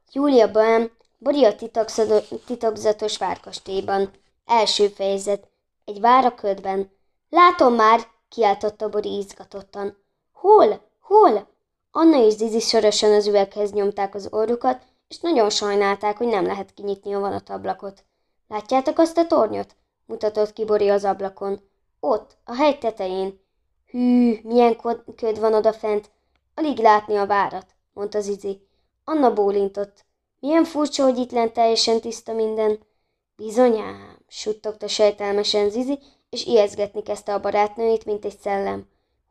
Julia Boehm, Bori a titokzatos várkastélyban. Első fejezet. Egy vár a ködben. Látom már, kiáltotta Bori izgatottan. Hol? Hol? Anna és Zizi sorosan az üveghez nyomták az orrukat, és nagyon sajnálták, hogy nem lehet kinyitni a vonatablakot. Látjátok azt a tornyot? Mutatott ki Bori az ablakon. Ott, a hegy tetején. Hű, milyen köd van odafent. Alig látni a várat, mondta Zizi. Anna bólintott. Milyen furcsa, hogy itt lent teljesen tiszta minden. Bizonyám, suttogta sejtelmesen Zizi, és ijeszgetni kezdte a barátnőit, mint egy szellem.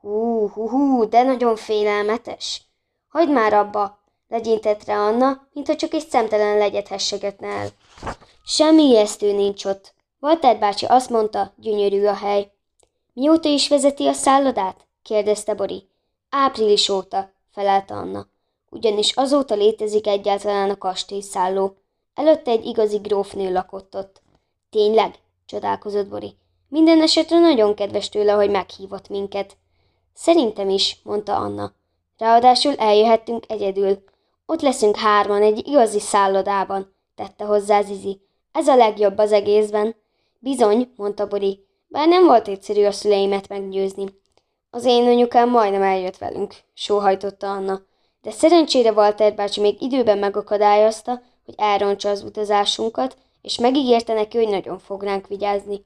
Hú, de nagyon félelmetes. Hagyd már abba, legyintett rá Anna, mintha csak egy szemtelen legyet hessegetne el. Semmi ijesztő nincs ott. Walter bácsi azt mondta, gyönyörű a hely. Mióta is vezeti a szállodát? kérdezte Bori. Április óta, felelte Anna. Ugyanis azóta létezik egyáltalán a kastélyszálló. Előtte egy igazi grófnő lakott ott. Tényleg? Csodálkozott Bori. Minden esetre nagyon kedves tőle, hogy meghívott minket. Szerintem is, mondta Anna. Ráadásul eljöhettünk egyedül. Ott leszünk hárman egy igazi szállodában, tette hozzá Zizi. Ez a legjobb az egészben. Bizony, mondta Bori, bár nem volt egyszerű a szüleimet meggyőzni. Az én anyukám majdnem eljött velünk, sóhajtotta Anna. De szerencsére Walter bácsi még időben megakadályozta, hogy elrontsa az utazásunkat, és megígérte neki, hogy nagyon fog ránk vigyázni.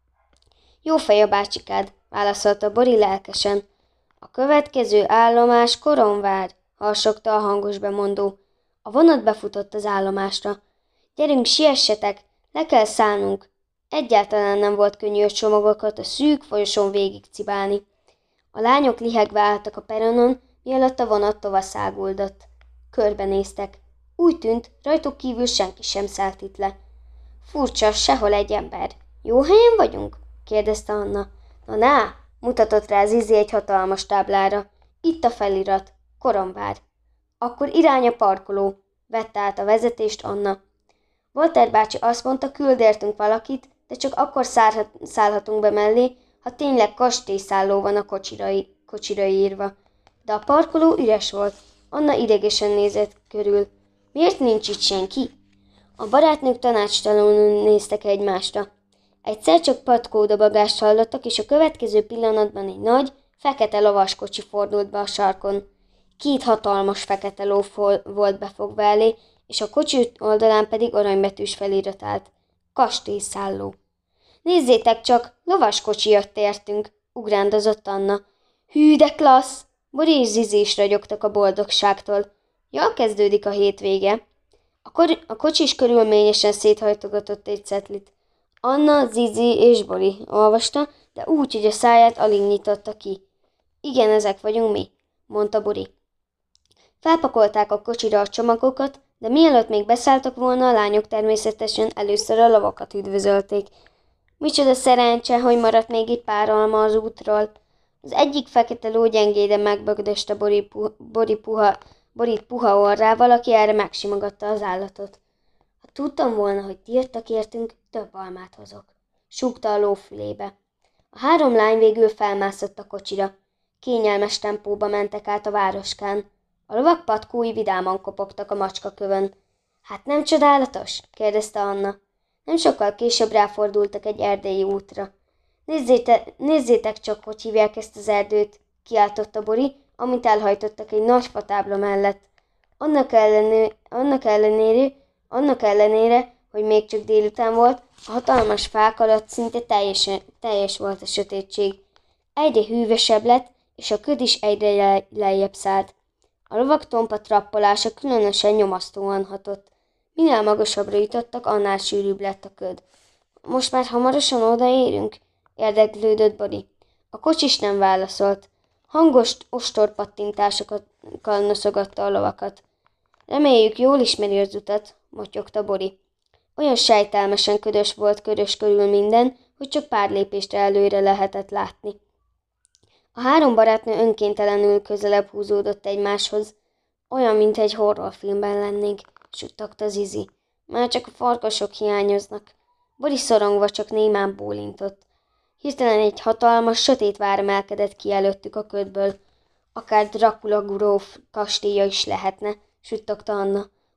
Jó fej a bácsikád, válaszolta Bori lelkesen. A következő állomás Koromvár, harsogta a hangos bemondó. A vonat befutott az állomásra. Gyerünk, siessetek, le kell szállnunk. Egyáltalán nem volt könnyű a csomagokat a szűk folyosón végigcibálni. A lányok lihegve álltak a peronon, mielőtt a vonat tovaszáguldott. Körbenéztek. Úgy tűnt, rajtuk kívül senki sem szállt itt le. Furcsa, sehol egy ember. Jó helyen vagyunk? kérdezte Anna. Na, mutatott rá Zizi egy hatalmas táblára. Itt a felirat. Koromvár. Akkor irány a parkoló. Vette át a vezetést Anna. Walter bácsi azt mondta, küld értünk valakit, de csak akkor szállhatunk be mellé, ha tényleg kastélyszálló van a kocsira írva. De a parkoló üres volt. Anna idegesen nézett körül. Miért nincs itt senki? A barátnők tanácstalanul néztek egymásra. Egyszer csak patkódobagást hallottak, és a következő pillanatban egy nagy, fekete lovaskocsi fordult be a sarkon. Két hatalmas fekete ló volt befogva elé, és a kocsi oldalán pedig aranybetűs felirat állt. Kastélyszálló. Nézzétek csak, lovaskocsi jött értünk, ugrándozott Anna. Hű, de klassz! Bori és Zizi is ragyogtak a boldogságtól. Jól kezdődik a hétvége. A kocsis körülményesen széthajtogatott egy cetlit. Anna, Zizi és Bori olvasta, de úgy, hogy a száját alig nyitotta ki. Igen, ezek vagyunk mi, mondta Bori. Felpakolták a kocsira a csomagokat, de mielőtt még beszálltak volna, a lányok természetesen először a lovakat üdvözölték. Micsoda szerencse, hogy maradt még itt pár alma az útról. Az egyik fekete ló gyengéden megbögdöste Borit puha orrával, aki erre megsimogatta az állatot. Ha tudtam volna, hogy ti jöttek értünk, több almát hozok, súgta a ló fülébe. A három lány végül felmászott a kocsira. Kényelmes tempóba mentek át a városkán. A lovak patkói vidáman kopogtak a macskakövön. Hát nem csodálatos? kérdezte Anna. Nem sokkal később ráfordultak egy erdélyi útra. Nézzétek csak, hogy hívják ezt az erdőt, kiáltotta Bori, amit elhajtottak egy nagy fatábla mellett. Annak ellenére, hogy még csak délután volt, a hatalmas fák alatt szinte teljes volt a sötétség. Egyre hűvösebb lett, és a köd is egyre lejjebb szállt. A lovak tompa trappolása különösen nyomasztóan hatott. Minél magasabbra jutottak, annál sűrűbb lett a köd. Most már hamarosan odaérünk? Érdeklődött Bori. A kocsis nem válaszolt. Hangos ostorpattintásokkal noszogatta a lovakat. Reméljük, jól ismeri az utat, motyogta Bori. Olyan sejtelmesen ködös volt körös körül minden, hogy csak pár lépésre előre lehetett látni. A három barátnő önkéntelenül közelebb húzódott egymáshoz. Olyan, mint egy horrorfilmben lennénk, suttogta Zizi. Már csak a farkasok hiányoznak. Bori szorongva csak némán bólintott. Hirtelen egy hatalmas, sötét vár emelkedett ki előttük a ködből. Akár Dracula gróf kastélya is lehetne, suttogta Anna.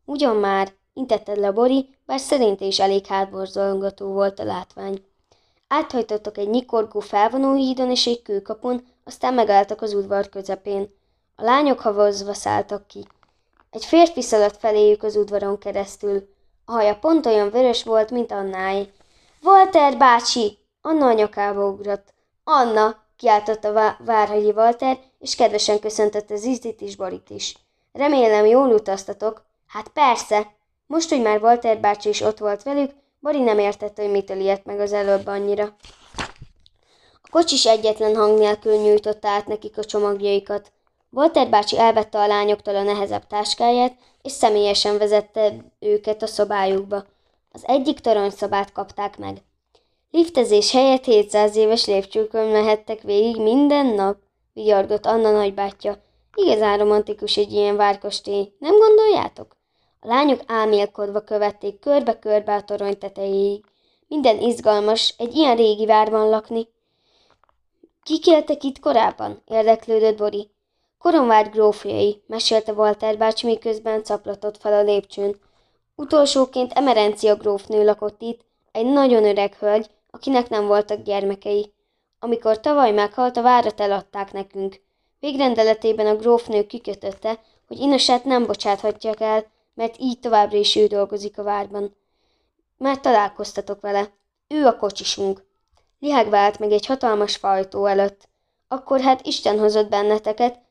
Ugyan már, intette le Bori, bár szerinte is elég hátborzongató volt a látvány. Áthajtottak egy nyikorgó felvonóhídon és egy kőkapun, aztán megálltak az udvar közepén. A lányok havazva szálltak ki. Egy férfi szaladt feléjük az udvaron keresztül. A haja pont olyan vörös volt, mint Annáé. Walter bácsi! Anna a nyakába ugrott. Anna! Kiáltotta Várhagyi Walter, és kedvesen köszöntette Zizit és Borit is. Remélem, jól utaztatok. Hát persze! Most, hogy már Walter bácsi is ott volt velük, Bori nem értette, hogy mitől ijedt meg az előbb annyira. A kocsis egyetlen hang nélkül nyújtotta át nekik a csomagjaikat. Walter bácsi elvette a lányoktól a nehezebb táskáját, és személyesen vezette őket a szobájukba. Az egyik toronyszobát kapták meg. Liftezés helyett 700 éves lépcsőkön mehettek végig minden nap, vigyorgott Anna nagybátyja. Igazán romantikus egy ilyen várkastély, nem gondoljátok? A lányok álmélkodva követték körbe-körbe a torony tetejéig. Minden izgalmas, egy ilyen régi várban lakni. Kik éltek itt korábban? Érdeklődött Bori. Koromvár grófjai, mesélte Walter bácsi, miközben caplatott fel a lépcsőn. Utolsóként Emerencia grófnő lakott itt, egy nagyon öreg hölgy, akinek nem voltak gyermekei. Amikor tavaly meghalt, a várat eladták nekünk. Végrendeletében a grófnő kikötötte, hogy Inosát nem bocsáthatják el, mert így továbbra is ő dolgozik a várban. Már találkoztatok vele. Ő a kocsisunk. Lihegve állt meg egy hatalmas fajtó előtt. Akkor hát Isten hozott benneteket,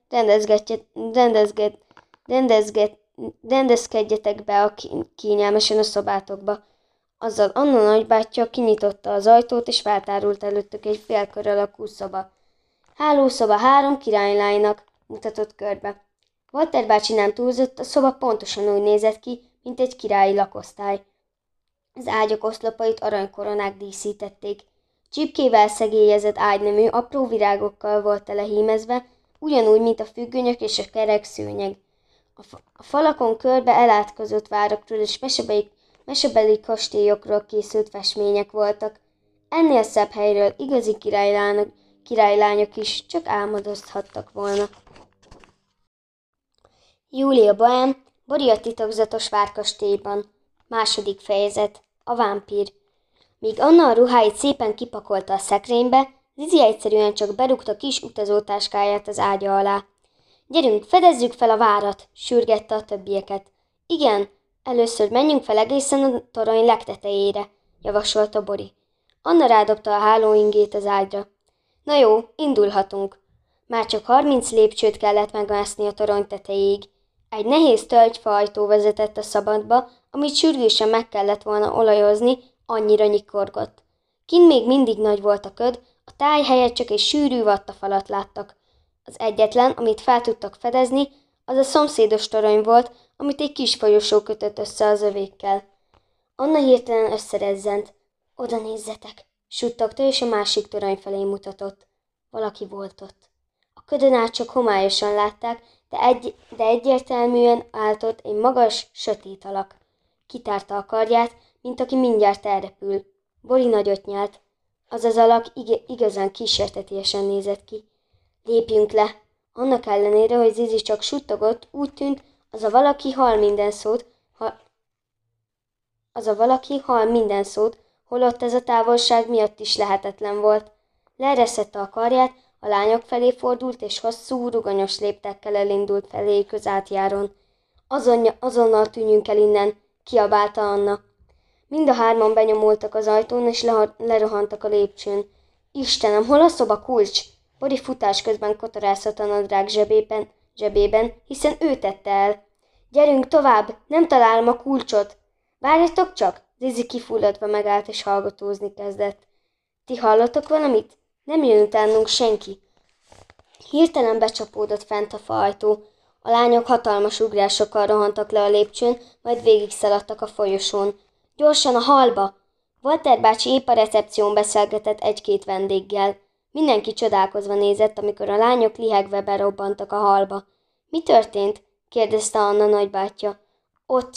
rendezkedjetek be kényelmesen a szobátokba. Azzal Anna nagybátyja kinyitotta az ajtót, és feltárult előttük egy félkör alakú szoba. Hálószoba 3 királylánynak, mutatott körbe. Walter bácsi nem túlzott, a szoba pontosan úgy nézett ki, mint egy királyi lakosztály. Az ágyak oszlopait aranykoronák díszítették. Csipkével szegélyezett ágynemű apró virágokkal volt telehímezve, ugyanúgy, mint a függönyök és a kerek szőnyeg. A falakon körbe elátkozott várakról és mesebeli kastélyokról készült festmények voltak. Ennél szebb helyről igazi királylányok is csak álmodozhattak volna. Júlia Bohem, Bori a titokzatos várkastélyban. 2. fejezet. A vámpír. Míg Anna a ruháit szépen kipakolta a szekrénybe, Zizi egyszerűen csak berúgta kis utazótáskáját az ágya alá. Gyerünk, fedezzük fel a várat, sürgette a többieket. Igen, először menjünk fel egészen a torony legtetejére, javasolta Bori. Anna rádobta a hálóingét az ágyra. Na jó, indulhatunk. Már csak 30 lépcsőt kellett megmászni a torony tetejéig. Egy nehéz tölgyfa ajtó vezetett a szabadba, amit sürgősen meg kellett volna olajozni, annyira nyikorgott. Kint még mindig nagy volt a köd, a táj helyett csak egy sűrű vattafalat láttak. Az egyetlen, amit fel tudtak fedezni, az a szomszédos torony volt, amit egy kis folyosó kötött össze az övékkel. Anna hirtelen összerezzent. Oda nézzetek, suttogta, és a másik torony felé mutatott. Valaki volt ott. A ködön át csak homályosan látták, de egyértelműen áltott egy magas, sötét alak. Kitárta a karját, mint aki mindjárt elrepül. Bori nagyot nyelt. Az az alak igazán kísértetiesen nézett ki. Lépjünk le! Annak ellenére, hogy Zizi csak suttogott, úgy tűnt, az a valaki hall minden szót, holott ez a távolság miatt is lehetetlen volt. Leeresztette a karját, a lányok felé fordult, és hosszú, ruganyos léptekkel elindult feléjük az átjáron. Azonnal tűnjünk el innen, kiabálta Anna. Mind a 3 benyomultak az ajtón, és lerohantak a lépcsőn. Istenem, hol a szoba kulcs? Bori futás közben kotorászott a nadrág zsebében, hiszen ő tette el. Gyerünk tovább, nem találom a kulcsot. Várjatok csak! Zizi kifulladva megállt és hallgatózni kezdett. Ti hallotok valamit? Nem jön utánunk senki. Hirtelen becsapódott fent a faajtó. A lányok hatalmas ugrásokkal rohantak le a lépcsőn, majd végigszaladtak a folyosón. Gyorsan a hallba! Walter bácsi épp a recepción beszélgetett 1-2 vendéggel. Mindenki csodálkozva nézett, amikor a lányok lihegve berobbantak a hallba. Mi történt? kérdezte Anna nagybátyja. Ott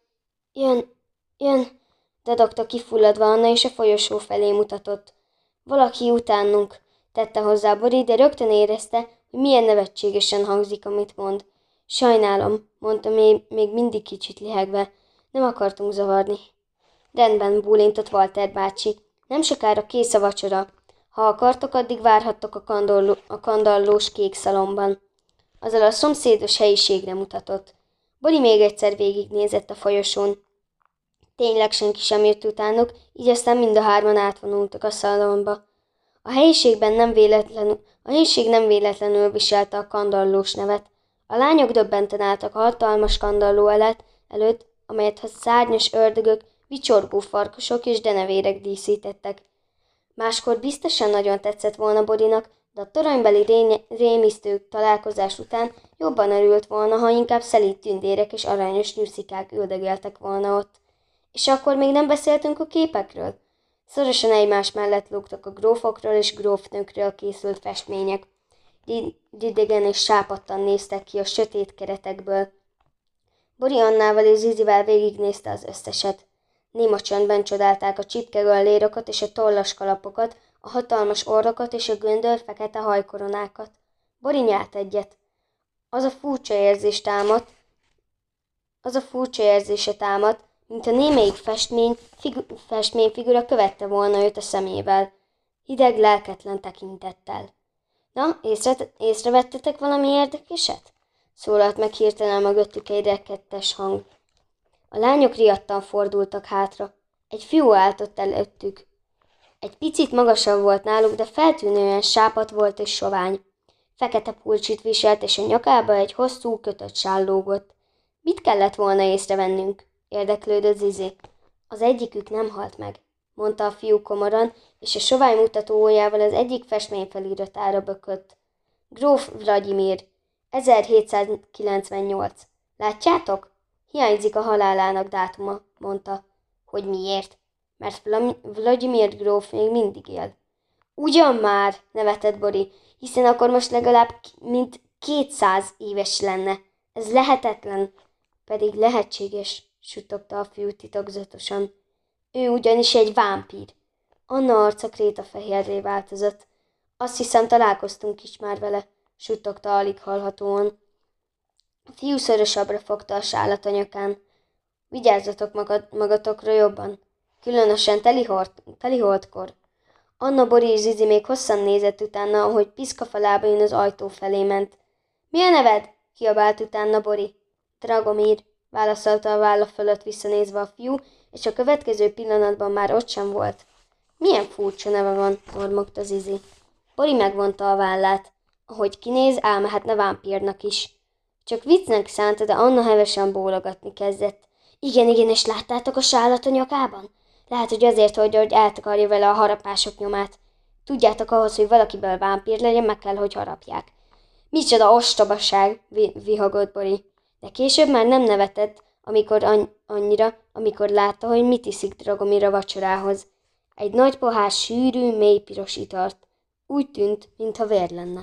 jön, dadogta kifulladva Anna, és a folyosó felé mutatott. Valaki utánunk, tette hozzá Bori, de rögtön érezte, hogy milyen nevetségesen hangzik, amit mond. Sajnálom, mondta még mindig kicsit lihegve. Nem akartunk zavarni. Rendben, bólintott Walter bácsi. Nem sokára kész a vacsora. Ha akartok, addig várhattok a kandallós kék szalomban. Azzal a szomszédos helyiségre mutatott. Bori még egyszer végignézett a folyosón. Tényleg senki sem jött utánuk, így aztán mind a hárman átvonultak a szalomba. A helyiség nem véletlenül viselte a kandallós nevet. A lányok döbbenten álltak a hatalmas kandalló előtt, amelyet a szárnyas ördögök, vicsorgó farkasok és denevérek díszítettek. Máskor biztosan nagyon tetszett volna Borinak, de a toronybeli rémisztő találkozás után jobban örült volna, ha inkább szelíd tündérek és aranyos nyuszikák üldögéltek volna ott. És akkor még nem beszéltünk a képekről? Szorosan egymás mellett lógtak a grófokról és grófnőkről készült festmények. Ridegen és sápadtan néztek ki a sötét keretekből. Bori Annával és Zizivel végignézte az összeset. Néma csöndben csodálták a csipkegallérokat és a tollas kalapokat, a hatalmas orrokat és a göndör fekete hajkoronákat. Bori nyált egyet. Az a furcsa érzése támadt, mint a némelyik festményfigura követte volna őt a szemével, hideg, lelketlen tekintettel. Na, észrevettetek valami érdekeset? Szólalt meg hirtelen mögöttük egy rekettes hang. A lányok riadtan fordultak hátra. Egy fiú állt ott előttük. Egy picit magasabb volt náluk, de feltűnően sápadt volt és sovány. Fekete pulcsit viselt, és a nyakába egy hosszú, kötött sál lógott. Mit kellett volna észrevennünk? Érdeklődött Zizi. Az egyikük nem halt meg, mondta a fiú komoran, és a sovány mutató ujjával az egyik festmény feliratára bökött. Gróf Vladimir, 1798. Látjátok? Hiányzik a halálának dátuma, mondta. Hogy miért? Mert Vladimir gróf még mindig él. Ugyan már, nevetett Bori, hiszen akkor most legalább mint 200 éves lenne. Ez lehetetlen. Pedig lehetséges, suttogta a fiú titokzatosan. Ő ugyanis egy vámpír. Anna arca krétafehérré változott. Azt hiszem, találkoztunk is már vele, suttogta alig hallhatóan. A fiú szorosabbra fogta a sálat a nyakán. Vigyázzatok magatokra jobban, különösen teliholdkor. Anna, Bori és Zizi még hosszan nézett utána, ahogy piszkafa lábain az ajtó felé ment. Mi a neved? Kiabált utána Bori. Dragomir, válaszolta a válla fölött visszanézve a fiú, és a következő pillanatban már ott sem volt. Milyen furcsa neve van, mormogta Zizi. Bori megvonta a vállát. Ahogy kinéz, elmehetne vámpírnak is. Csak viccnek szánta, de Anna hevesen bólogatni kezdett. Igen, és láttátok a sálat a nyakában? Lehet, hogy azért, hogy eltakarja vele a harapások nyomát. Tudjátok, ahhoz, hogy valakiből vámpír legyen, meg kell, hogy harapják. Micsoda ostobaság, vihogott Bori. De később már nem nevetett, amikor látta, hogy mit iszik Dragomir a vacsorához. Egy nagy pohár sűrű, mély piros italt. Úgy tűnt, mintha vér lenne.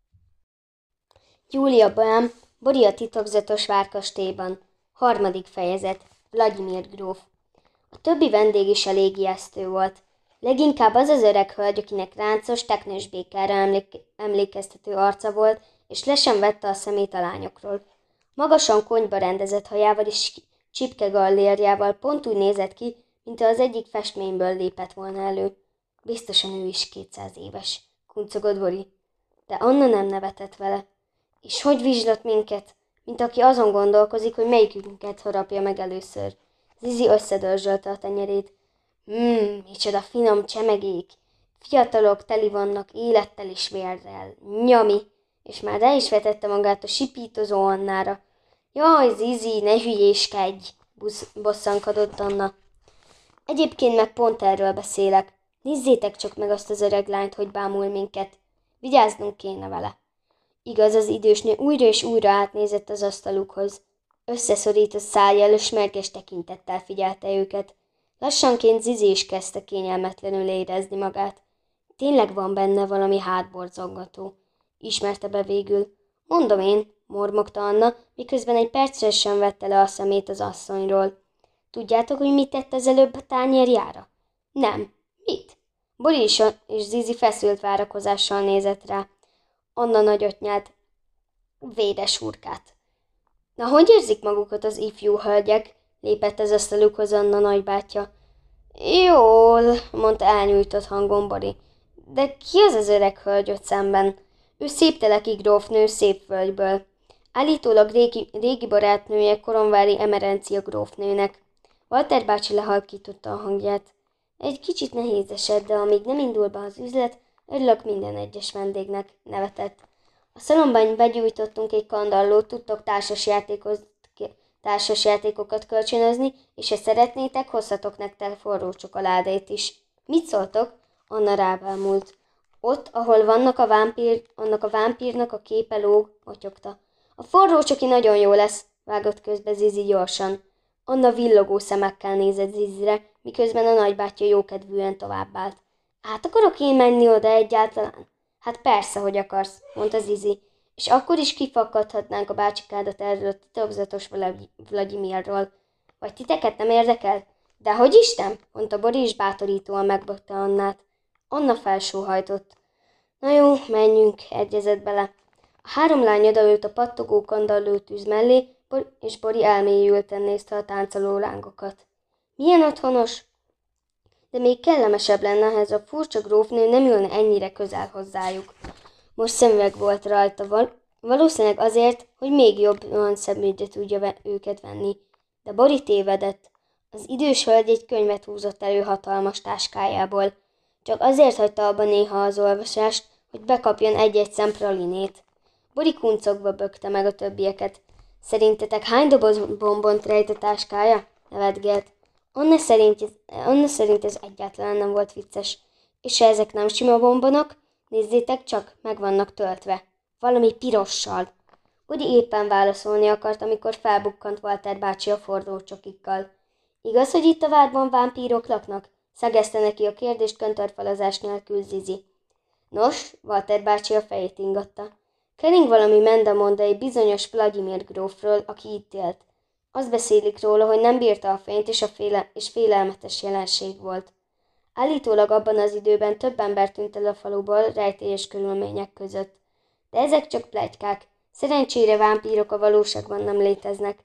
Júlia Bohám, Bori a titokzatos várkastélyban. 3. fejezet. Vladimir gróf. A többi vendég is elég ijesztő volt. Leginkább az az öreg hölgy, akinek ráncos, teknős békára emlékeztető arca volt, és le sem vette a szemét a lányokról. Magasan konyba rendezett hajával és csipkegallérjával pont úgy nézett ki, mint az egyik festményből lépett volna elő. Biztosan ő is 200 éves, kuncogott Bori. De Anna nem nevetett vele. És hogy vizslat minket? Mint aki azon gondolkozik, hogy melyikünket harapja meg először. Zizi összedörzsölte a tenyerét. Micsoda finom csemegék. Fiatalok teli vannak élettel és vérrel. Nyami! És már rá is vetette magát a sipítozó Annára. Jaj, Zizi, ne hülyéskedj! Bosszankodott Anna. Egyébként meg pont erről beszélek. Nézzétek csak meg azt az öreg lányt, hogy bámul minket. Vigyáznunk kéne vele. Igaz, az idősnő újra és újra átnézett az asztalukhoz. Összeszorított szájjal és mérges tekintettel figyelte őket. Lassanként Zizi is kezdte kényelmetlenül érezni magát. Tényleg van benne valami hátborzongató. Ismerte be végül. Mondom én, mormogta Anna, miközben egy percre sem vette le a szemét az asszonyról. Tudjátok, hogy mit tett az előbb a tányérjára? Nem. Mit? Bori és Zizi feszült várakozással nézett rá. Anna nagyot nyelt. Véres hurkát. Na, hogy érzik magukat az ifjú hölgyek? Lépett az asztalukhoz Anna nagybátyja. Jól, mondta elnyújtott hangon Bori. De ki az az öreg hölgy ott szemben? Ő szép teleki grófnő szép völgyből. Állítólag régi barátnője Koromvári Emerencia grófnőnek. Walter bácsi lehalkította a hangját. Egy kicsit nehéz esett, de amíg nem indul be az üzlet, örülök minden egyes vendégnek, nevetett. A szalomban begyújtottunk egy kandallót, tudtok társasjátékokat kölcsönözni, és ha szeretnétek, hozhatok nektek forró csokoládét is. Mit szóltok? Anna rábámult. Ott, ahol annak a vámpírnak a képe lóg, motyogta. A forró csoki nagyon jó lesz, vágott közbe Zizi gyorsan. Anna villogó szemekkel nézett Zizire, miközben a nagybátyja jókedvűen továbbált. Át akarok én menni oda egyáltalán? Hát persze, hogy akarsz, mondta Zizi, és akkor is kifakadhatnánk a bácsikádat erről a titokzatos Vlagyimirról. Vagy titeket nem érdekel? Dehogy Isten, mondta Bori, és bátorítóan megbökte Annát. Anna felsóhajtott. Na jó, menjünk, egyezett bele. A három lány odaült a pattogó kandalló tűz mellé, és Bori elmélyülten nézte a táncoló lángokat. Milyen otthonos! De még kellemesebb lenne, ha ez a furcsa grófnő nem ülne ennyire közel hozzájuk. Most szemüveg volt rajta, valószínűleg azért, hogy még jobban szemügyre tudja őket venni. De Bori tévedett. Az idős hölgy egy könyvet húzott elő hatalmas táskájából. Csak azért hagyta abba néha az olvasást, hogy bekapjon egy-egy szem pralinét. Bori kuncogva bökte meg a többieket. Szerintetek hány doboz bombont rejt a táskája? Nevetgélt. Anna szerint ez egyáltalán nem volt vicces. És ha ezek nem sima bombonok, nézzétek csak, meg vannak töltve. Valami pirossal. Bori éppen válaszolni akart, amikor felbukkant Walter bácsi a fordócsokikkal. Igaz, hogy itt a várban vámpírok laknak? Szegezte neki a kérdést köntörfalazás nélkül Zizi. Nos, Walter bácsi a fejét ingatta. Kering valami mendemonda egy bizonyos Vladimir grófról, aki itt élt. Azt beszélik róla, hogy nem bírta a fényt, és félelmetes jelenség volt. Állítólag abban az időben több ember tűnt el a faluból rejtélyes körülmények között. De ezek csak pletykák. Szerencsére vámpírok a valóságban nem léteznek.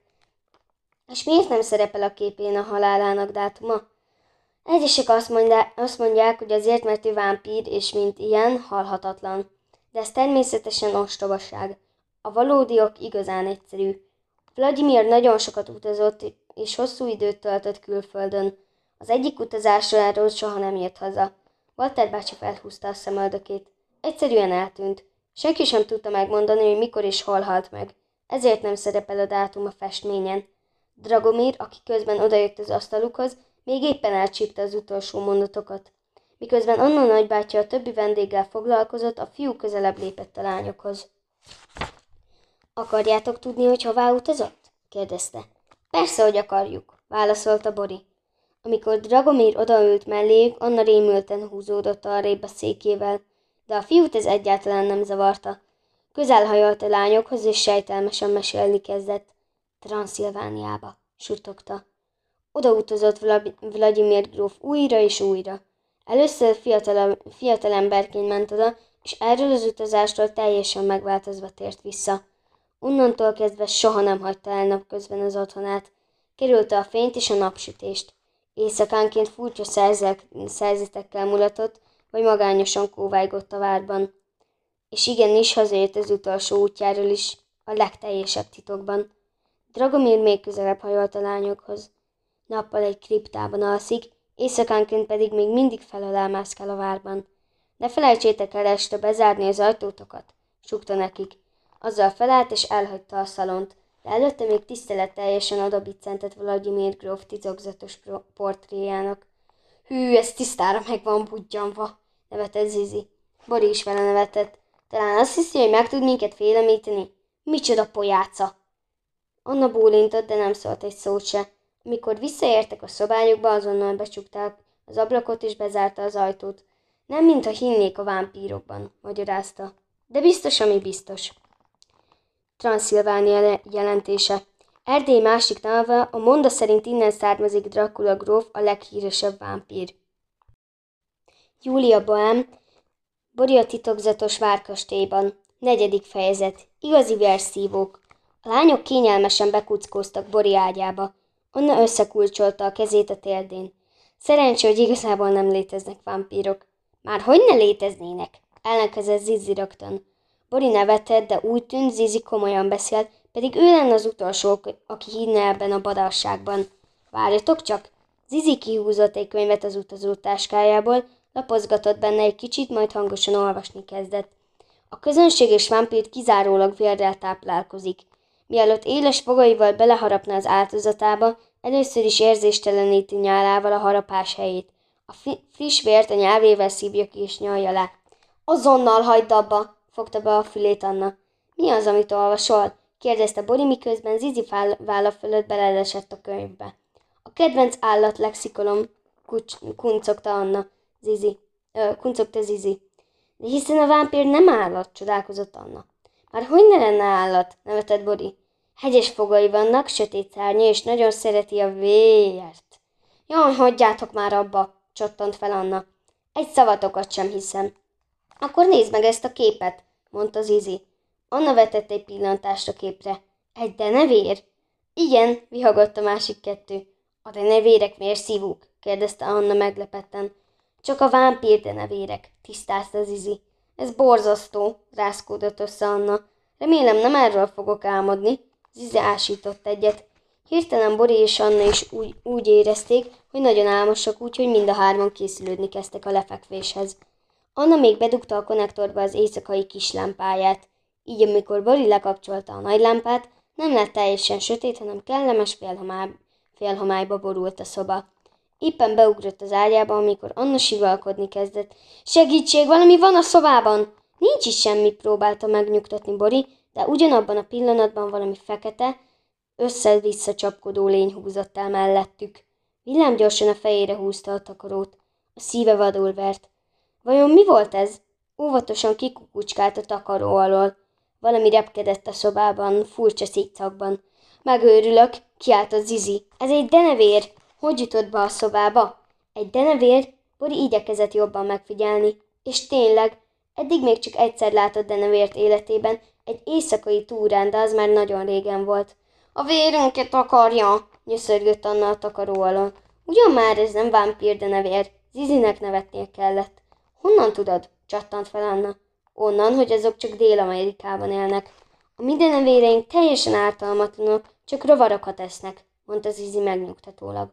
És miért nem szerepel a képén a halálának dátuma? Egyesek azt mondják, hogy azért, mert ő vámpír, és mint ilyen, halhatatlan. De ez természetesen ostobaság. A valódi ok igazán egyszerű. Vladimir nagyon sokat utazott, és hosszú időt töltött külföldön. Az egyik utazásáról soha nem jött haza. Walter bácsi felhúzta a szemöldökét. Egyszerűen eltűnt. Senki sem tudta megmondani, hogy mikor és hol halt meg. Ezért nem szerepel a dátum a festményen. Dragomir, aki közben odajött az asztalukhoz, még éppen elcsípte az utolsó mondatokat. Miközben Anna nagybátyja a többi vendéggel foglalkozott, a fiú közelebb lépett a lányokhoz. Akarjátok tudni, hogy hová utazott? kérdezte. Persze, hogy akarjuk, válaszolta Bori. Amikor Dragomir odaült melléjük, Anna rémülten húzódott arrébb a székével, de a fiút ez egyáltalán nem zavarta. Közelhajolt a lányokhoz, és sejtelmesen mesélni kezdett. Transzilvániába, suttogta. Oda utazott Vladimir gróf újra és újra. Először fiatalemberként ment oda, és erről az utazásról teljesen megváltozva tért vissza. Onnantól kezdve soha nem hagyta el napközben az otthonát. Kerülte a fényt és a napsütést. Éjszakánként furcsa szerzetekkel mulatott, vagy magányosan kóvájgott a várban. És igenis hazajött az utolsó útjáról is, a legteljesebb titokban. Dragomir még közelebb hajolt a lányokhoz. Nappal egy kriptában alszik, éjszakánként pedig még mindig mászkál a várban. Ne felejtsétek el este bezárni az ajtótokat, súgta nekik. Azzal felállt és elhagyta a szalont, de előtte még tiszteletteljesen odabiccentett Vladimir gróf titokzatos portréjának. Hű, ez tisztára meg van budjanva, nevetett Zizi. Bori is vele nevetett. Talán azt hiszi, hogy meg tud minket félemlíteni? Micsoda pojáca! Anna bólintott, de nem szólt egy szót se. Amikor visszaértek a szobájukba, azonnal becsukták az ablakot és bezárta az ajtót. Nem mintha hinnék a vámpírokban, magyarázta. De biztos, ami biztos. Transzilvánia jelentése. Erdély másik neve, a monda szerint innen származik Dracula gróf, a leghíresebb vámpír. Júlia Bohém, Bori a titokzatos várkastélyban. 4. fejezet. Igazi versszívók. A lányok kényelmesen bekuckóztak Bori ágyába. Anna összekulcsolta a kezét a térdén. Szerencsé, hogy igazából nem léteznek vámpírok. Már hogy ne léteznének? Ellenkezett Zizi rögtön. Bori nevetett, de úgy tűnt, Zizi komolyan beszélt, pedig ő lenne az utolsó, aki hinne ebben a badalságban. Várjatok csak! Zizi kihúzott egy könyvet az utazó táskájából, lapozgatott benne egy kicsit, majd hangosan olvasni kezdett. A közönség és vámpír kizárólag vérrel táplálkozik. Mielőtt éles fogaival beleharapna az áldozatába, először is érzésteleníti nyálával a harapás helyét. A friss vért a nyelvével szívja ki és nyalja le. Azonnal hagyd abba, fogta be a fülét Anna. Mi az, amit olvasol? Kérdezte Bori, miközben Zizi válla fölött belelesett a könyvbe. A kedvenc állat lexikonom, kuncogta Anna. Kuncogta Zizi. De hiszen a vámpír nem állat, csodálkozott Anna. Már hogy ne lenne állat? Nevetett Bori. Hegyes fogai vannak, sötét szárnya, és nagyon szereti a vért. Jaj, hagyjátok már abba, csattant fel Anna. Egy szavatokat sem hiszem. Akkor nézd meg ezt a képet, mondta Zizi. Anna vetett egy pillantást a képre. Egy denevér? Igen, vihagott a másik kettő. A denevérek miért szívók? Kérdezte Anna meglepetten. Csak a vámpír denevérek, tisztázta Zizi. Ez borzasztó, rázkódott össze Anna. Remélem nem erről fogok álmodni. Zizi ásított egyet. Hirtelen Bori és Anna is úgy érezték, hogy nagyon álmosak, úgyhogy mind a hárman készülődni kezdtek a lefekvéshez. Anna még bedugta a konnektorba az éjszakai kislámpáját. Így amikor Bori lekapcsolta a nagy lámpát, nem lett teljesen sötét, hanem kellemes félhomályba borult a szoba. Éppen beugrott az ágyába, amikor Anna sivalkodni kezdett. Segítség, valami van a szobában! Nincs is semmi, próbálta megnyugtatni Bori, de ugyanabban a pillanatban valami fekete, össze-vissza csapkodó lény húzott el mellettük. Villámgyorsan a fejére húzta a takarót. A szíve vadul vert. Vajon mi volt ez? Óvatosan kikukucskált a takaró alól. Valami repkedett a szobában, furcsa szikcakban. Megőrülök, kiáltott Zizi. Ez egy denevér! Hogy jutott be a szobába? Egy denevér? Bori igyekezett jobban megfigyelni. És tényleg, eddig még csak egyszer látott denevért életében, egy éjszakai túrán, de az már nagyon régen volt. A vérünket akarja, nyöszörgött Anna a takaró alól. Ugyan már ez nem vámpír denevér, Zizinek nevetnie kellett. Honnan tudod? Csattant fel Anna. Onnan, hogy azok csak Dél-Amerikában élnek. A mi denevéreink teljesen ártalmatlanok, csak rovarokat esznek, mondta Zizi megnyugtatólag.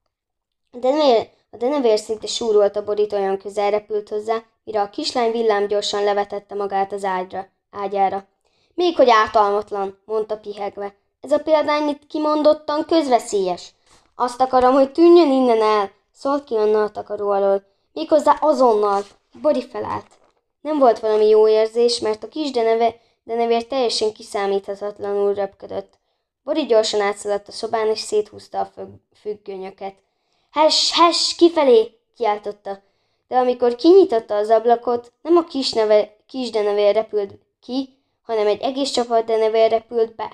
A denevér szinte súrolt a Borit, olyan közel repült hozzá, mire a kislány villámgyorsan levetette magát az ágyára. Még hogy ártalmatlan, mondta pihegve. Ez a példány itt kimondottan közveszélyes. Azt akarom, hogy tűnjön innen el, szólt ki Anna a takaró alól. Méghozzá azonnal. Bori felállt. Nem volt valami jó érzés, mert a kis denevér teljesen kiszámíthatatlanul röpködött. Bori gyorsan átszaladt a szobán, és széthúzta a függönyöket. Hess, kifelé! Kiáltotta. De amikor kinyitotta az ablakot, nem a kis denevér repült ki, hanem egy egész csapat denevér repült be.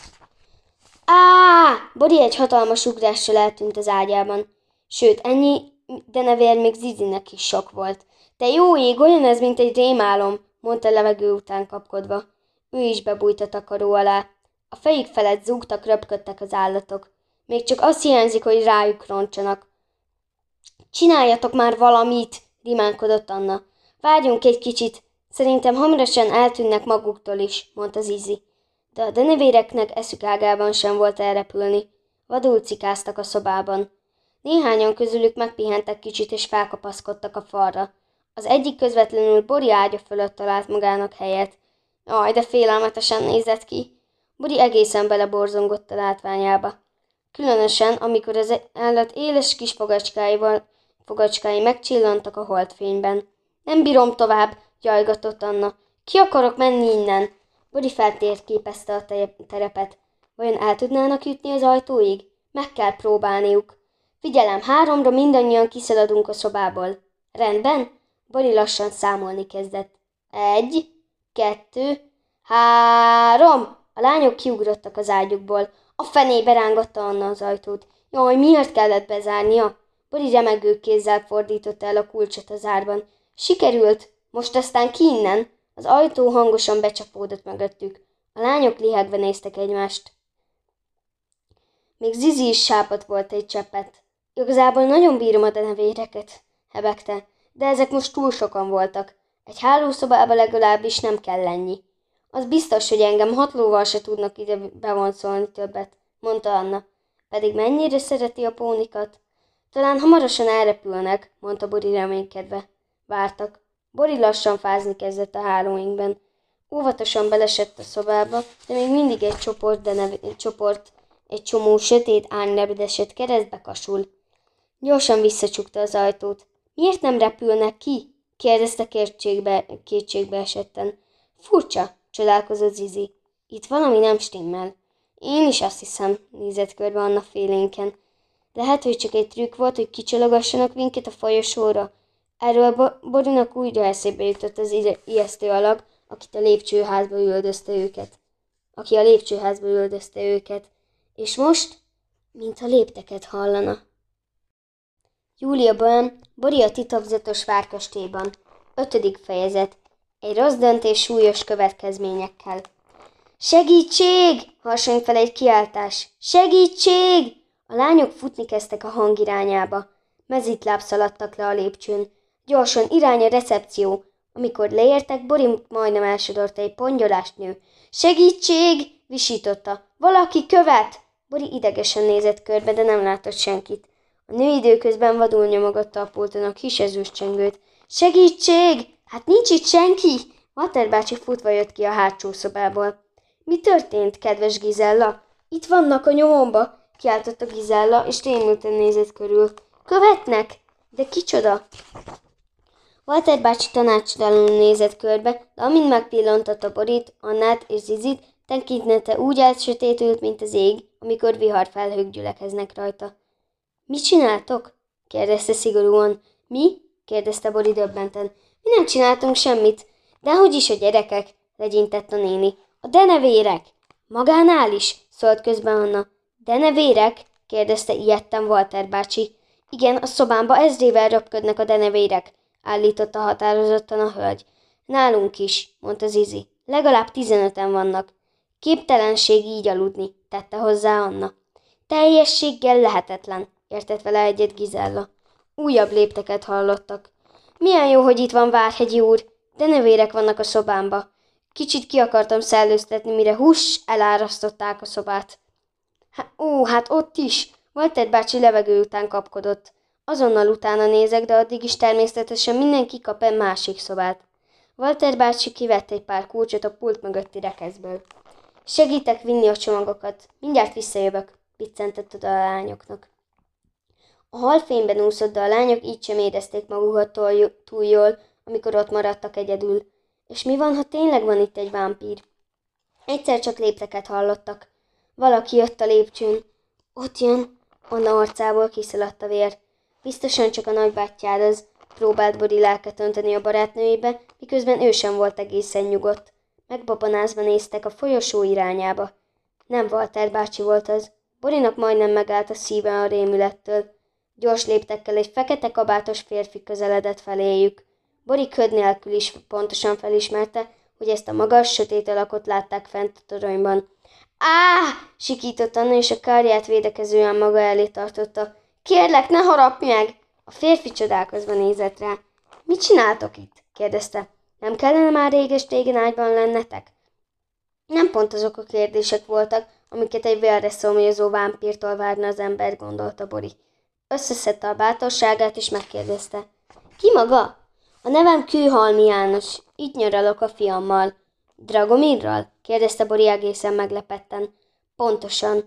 Bori egy hatalmas ugrással eltűnt az ágyában. Sőt, ennyi denevér még Zizinek is sok volt. Te jó ég, olyan ez, mint egy rémálom, mondta levegő után kapkodva. Ő is bebújt a takaró alá. A fejük felett zúgtak, röpködtek az állatok. Még csak azt hiányzik, hogy rájuk roncsanak. Csináljatok már valamit, rimánkodott Anna. Várjunk egy kicsit, szerintem hamarosan eltűnnek maguktól is, mondta Zizi. De a denevéreknek eszük ágában sem volt elrepülni. Vadul cikáztak a szobában. Néhányan közülük megpihentek kicsit és felkapaszkodtak a falra. Az egyik közvetlenül Bori ágya fölött talált magának helyet. Aj, de félelmetesen nézett ki. Bori egészen beleborzongott a látványába. Különösen, amikor az állat éles kis fogacskái megcsillantak a holdfényben. Nem bírom tovább, jajgatott Anna. Ki akarok menni innen? Bori feltérképezte a terepet. Vajon el tudnának jutni az ajtóig? Meg kell próbálniuk. Figyelem, 3-ra mindannyian kiszaladunk a szobából. Rendben? Bori lassan számolni kezdett. 1, 2, 3! A lányok kiugrottak az ágyukból. A fenébe rángatta Anna az ajtót. Jaj, miért kellett bezárnia? Bori remegő kézzel fordította el a kulcsot az árban. Sikerült! Most aztán ki innen? Az ajtó hangosan becsapódott mögöttük. A A lányok lihegve néztek egymást. Még Zizi is sápadt volt egy cseppet. Igazából nagyon bírom a denevéreket, hebegte, de ezek most túl sokan voltak. Egy hálószobába legalábbis nem kell ennyi. Az biztos, hogy engem 6 lóval se tudnak ide bevonszolni többet, mondta Anna. Pedig mennyire szereti a pónikat? Talán hamarosan elrepülnek, mondta Bori reménykedve. Vártak. Bori lassan fázni kezdett a hálóinkben. Óvatosan belesett a szobába, de még mindig egy csomó sötét árnyrebedesett keresztbe kasul. Gyorsan visszacsukta az ajtót. Miért nem repülnek ki? Kérdezte kétségbe esetten. Furcsa, csodálkozott Zizi. Itt valami nem stimmel. Én is azt hiszem, nézett körbe Anna félénken. Lehet, hogy csak egy trükk volt, hogy kicsalogassanak minket a folyosóra. Erről Borinak újra eszébe jutott az ijesztő alak, aki a lépcsőházba üldözte őket. És most, mintha lépteket hallana. Júliaban, Bori a titokzatos várkastélyban. 5. fejezet. Egy rossz döntés súlyos következményekkel. Segítség! Harsant fel egy kiáltás. Segítség! A lányok futni kezdtek a hang irányába. Mezitláb szaladtak le a lépcsőn. Gyorsan irány a recepció. Amikor leértek, Bori majdnem elsodorta egy pongyolást nő. Segítség! Visította. Valaki követ! Bori idegesen nézett körbe, de nem látott senkit. A nő időközben vadul nyomogatta a pulton a kis ezüstcsengőt. Segítség! Hát nincs itt senki! Walter bácsi futva jött ki a hátsó szobából. Mi történt, kedves Gizella? Itt vannak a nyomomba, kiáltotta Gizella, és rémülten nézett körül. Követnek? De kicsoda? Walter bácsi tanácstalanul nézett körbe, de amint megpillantotta Borit, Annát és Zizit, tekintete úgy átsötétült, mint az ég, amikor viharfelhők gyülekeznek rajta. Mit csináltok? Kérdezte szigorúan. Mi? Kérdezte Bori döbbenten. Mi nem csináltunk semmit. Dehogy is a gyerekek, legyintett a néni. A denevérek! Magánál is? Szólt közben Anna. Denevérek? Kérdezte ijedten Walter bácsi. Igen, a szobámba ezrével röpködnek a denevérek, állította határozottan a hölgy. Nálunk is, mondta Zizi. Legalább 15-en vannak. Képtelenség így aludni, tette hozzá Anna. Teljességgel lehetetlen, értett vele egyet Gizella. Újabb lépteket hallottak. Milyen jó, hogy itt van Várhegyi úr, denevérek vannak a szobámba. Kicsit ki akartam szellőztetni, mire elárasztották a szobát. Hát ott is. Walter bácsi levegő után kapkodott. Azonnal utána nézek, de addig is természetesen mindenki kap egy másik szobát. Walter bácsi kivett egy pár kulcsot a pult mögötti rekeszből. Segítek vinni a csomagokat. Mindjárt visszajövök, biccentett oda a lányoknak. A halfényben úszott, de a lányok így sem érezték magukat túl jól, amikor ott maradtak egyedül. És mi van, ha tényleg van itt egy vámpír? Egyszer csak lépteket hallottak. Valaki jött a lépcsőn. Ott jön. Anna arcából kiszaladt a vér. Biztosan csak a nagybátyjád az, próbált Bori lelket önteni a barátnőjébe, miközben ő sem volt egészen nyugodt. Megbabanázva néztek a folyosó irányába. Nem Walter bácsi volt az. Borinak majdnem megállt a szíve a rémülettől. Gyors léptekkel egy fekete kabátos férfi közeledett feléjük. Bori köd nélkül is pontosan felismerte, hogy ezt a magas, sötét alakot látták fent a toronyban. Sikított Anna, és a kárját védekezően maga elé tartotta. Kérlek, ne harapj meg! A férfi csodálkozva nézett rá. Mit csináltok itt? kérdezte. Nem kellene már réges-régen ágyban lennetek? Nem pont azok a kérdések voltak, amiket egy vérre szomjazó vámpírtól várna az ember, gondolta Bori. Összeszedte a bátorságát, és megkérdezte. Ki maga? A nevem Kőhalmi János. Itt nyaralok a fiammal. Dragomirral? kérdezte Bori egészen meglepetten. Pontosan.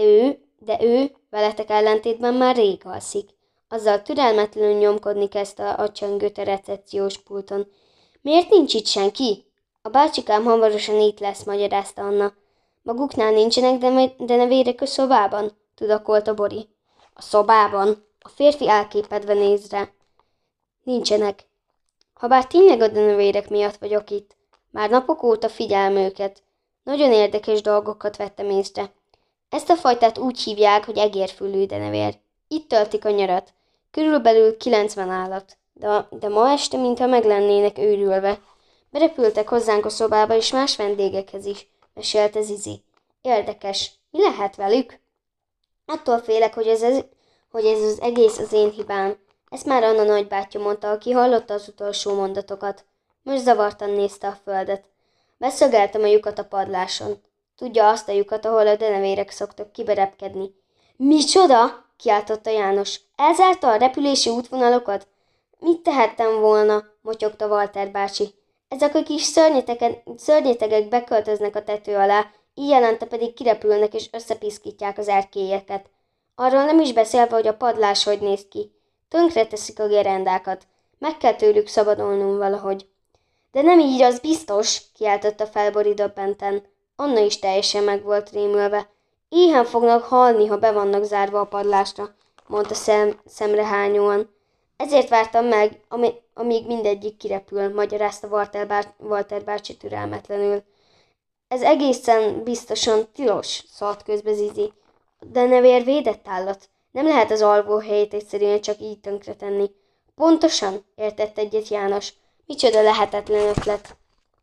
De ő veletek ellentétben már rég alszik. Azzal türelmetlenül nyomkodni kezdte a csöngőt a recepciós pulton. Miért nincs itt senki? A bácsikám hamarosan itt lesz, magyarázta Anna. Maguknál nincsenek denevérek a szobában? Tudakolta Bori. A szobában? A férfi elképedve néz rá. Nincsenek. Habár tényleg a denevérek miatt vagyok itt. Már napok óta figyelem őket. Nagyon érdekes dolgokat vettem észre. Ezt a fajtát úgy hívják, hogy egérfülű denevér. Itt töltik a nyarat. Körülbelül 90 állat. De ma este, mintha meg lennének őrülve. Berepültek hozzánk a szobába, és más vendégekhez is. mesélte Zizi. Érdekes, mi lehet velük? Attól félek, hogy ez az egész az én hibám. Ezt már Anna nagybátyja mondta, aki hallotta az utolsó mondatokat. Most zavartan nézte a földet. Beszögeltem a lyukat a padláson. Tudja azt a lyukat, ahol a denevérek szoktak kiberepkedni. Micsoda? Kiáltotta János. Elzárta a repülési útvonalokat? Mit tehettem volna? Motyogta Walter bácsi. Ezek a kis szörnyetegek beköltöznek a tető alá, így jelente pedig kirepülnek és összepiszkítják az erkélyeket. Arról nem is beszélve, hogy a padlás hogy néz ki. Tönkreteszik a gerendákat. Meg kell tőlük szabadulnunk valahogy. De nem így, az biztos, kiáltotta fel Bori döbbenten. Anna is teljesen meg volt rémülve. Éhen fognak halni, ha be vannak zárva a padlásra, mondta szemrehányóan. Ezért vártam meg, amíg mindegyik kirepül, magyarázta Walter bácsi türelmetlenül. Ez egészen biztosan tilos, szólt közbe Zizi. De nevér védett állat. Nem lehet az alvóhelyét egyszerűen csak így tönkretenni. Pontosan, értett egyet János. Micsoda lehetetlen ötlet.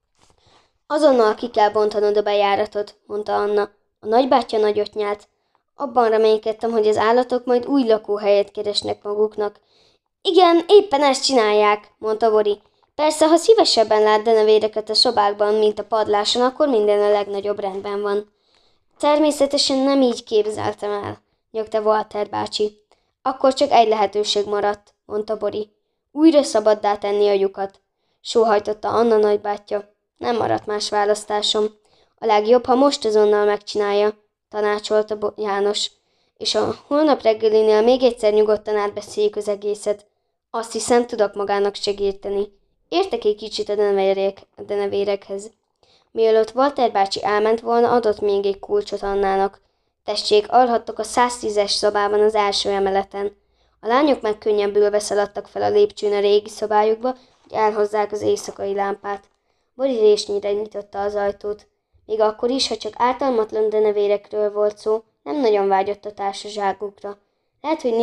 Azonnal ki kell bontanod a bejáratot, mondta Anna. A nagybátyja nagyot nyált. Abban reménykedtem, hogy az állatok majd új lakóhelyet keresnek maguknak. Igen, éppen ezt csinálják, mondta Bori. Persze, ha szívesebben lát denevéreket a szobákban, mint a padláson, akkor minden a legnagyobb rendben van. Természetesen nem így képzeltem el, nyögte Walter bácsi. Akkor csak egy lehetőség maradt, mondta Bori. Újra szabaddá tenni a lyukat. Sóhajtotta Anna nagybátyja. Nem maradt más választásom. A legjobb, ha most azonnal megcsinálja, tanácsolta János. És a holnap reggelinél még egyszer nyugodtan átbeszéljük az egészet. Azt hiszem, tudok magának segíteni. Értek egy kicsit a denevérekhez. Mielőtt Walter bácsi elment volna, adott még egy kulcsot Annának. Tessék, alhattok a 110-es szobában az első emeleten. A lányok meg könnyebbül szaladtak fel a lépcsőn a régi szobájukba, hogy elhozzák az éjszakai lámpát. Bori résnyire nyitotta az ajtót. Még akkor is, ha csak ártalmatlan denevérekről volt szó, nem nagyon vágyott a társaságukra. Lehet, hogy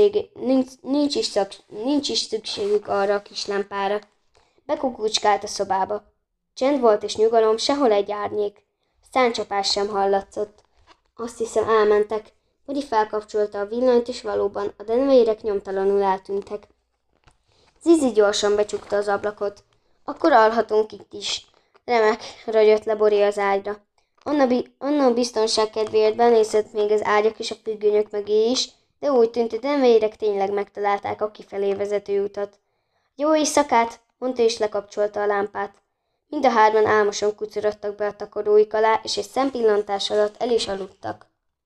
nincs is szükségük arra a kis lámpára. Bekukucskált a szobába. Csend volt és nyugalom, sehol egy árnyék. Száncsapás sem hallatszott. Azt hiszem, elmentek. Bori felkapcsolta a villanyt, és valóban a denevérek nyomtalanul eltűntek. Zizi gyorsan becsukta az ablakot. Akkor alhatunk itt is. Remek, ragyott le Bori az ágyra. Anna biztonság kedvéért benézett még az ágyak és a függönyök mögé is, de úgy tűnt, hogy denevérek tényleg megtalálták a kifelé vezető utat. Jó éjszakát, mondta és lekapcsolta a lámpát. Mind a hárman álmosan kucorodtak be a takaróik alá, és egy szempillantás alatt el is aludtak.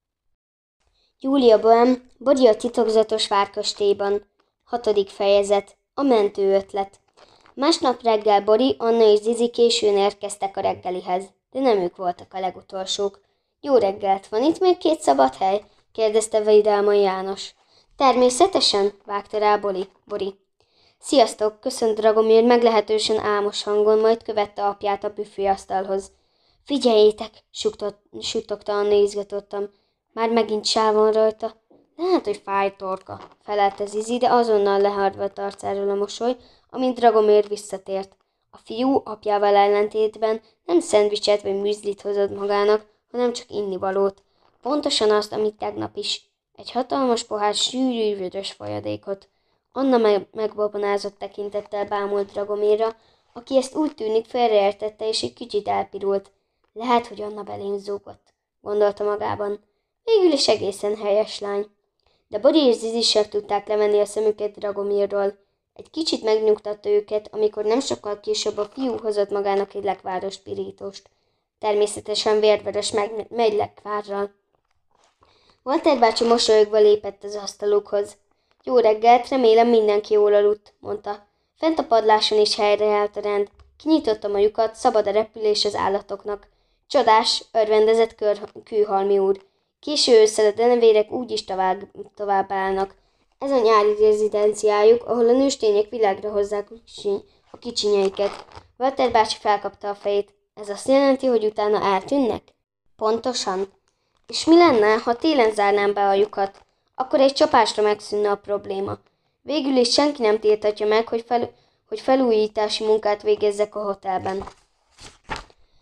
Júlia Bohème, Bori a titokzatos várkastélyban. 6. fejezet. A mentő ötlet. Másnap reggel Bori, Anna és Zizi későn érkeztek a reggelihez, de nem ők voltak a legutolsók. Jó reggelt, van itt még 2 szabad hely? Kérdezte vidáman János. Természetesen, vágta rá Bori. Sziasztok, köszönt Dragomir meglehetősen álmos hangon, majd követte apját a büféasztalhoz. Figyeljétek, suttogta Anna izgatottan. Már megint sál van rajta. Lehet, hogy fáj torka, felelte Zizi, de azonnal lehardva arcáról a mosoly, amint Dragomir visszatért. A fiú apjával ellentétben nem szendvicset vagy műzlit hozott magának, hanem csak innivalót. Pontosan azt, amit tegnap is. Egy hatalmas pohár sűrű, vörös folyadékot. Anna megbabonázott tekintettel bámult Dragomirra, aki ezt úgy tűnik félreértette, és egy kicsit elpirult. Lehet, hogy Anna belém zúgott, gondolta magában. Végül is egészen helyes lány. De Bori és Zizi sem tudták levenni a szemüket Dragomirról. Egy kicsit megnyugtatta őket, amikor nem sokkal később a fiú hozott magának egy lekváros pirítóst. Természetesen vérveres megylekvárral. Walter bácsi mosolyogva lépett az asztalukhoz. Jó reggelt, remélem mindenki jól aludt, mondta. Fent a padláson is helyreállt a rend. Kinyitottam a lyukat, szabad a repülés az állatoknak. Csodás, örvendezett kőhalmi úr. Késő ősszel a denevérek úgyis tovább állnak. Ez a nyári rezidenciájuk, ahol a nőstények világra hozzák a kicsinyeiket. Walter bácsi felkapta a fejét. Ez azt jelenti, hogy utána eltűnnek? Pontosan. És mi lenne, ha télen zárnám be a lyukat? Akkor egy csapásra megszűnne a probléma. Végül is senki nem tiltatja meg, hogy felújítási munkát végezzek a hotelben.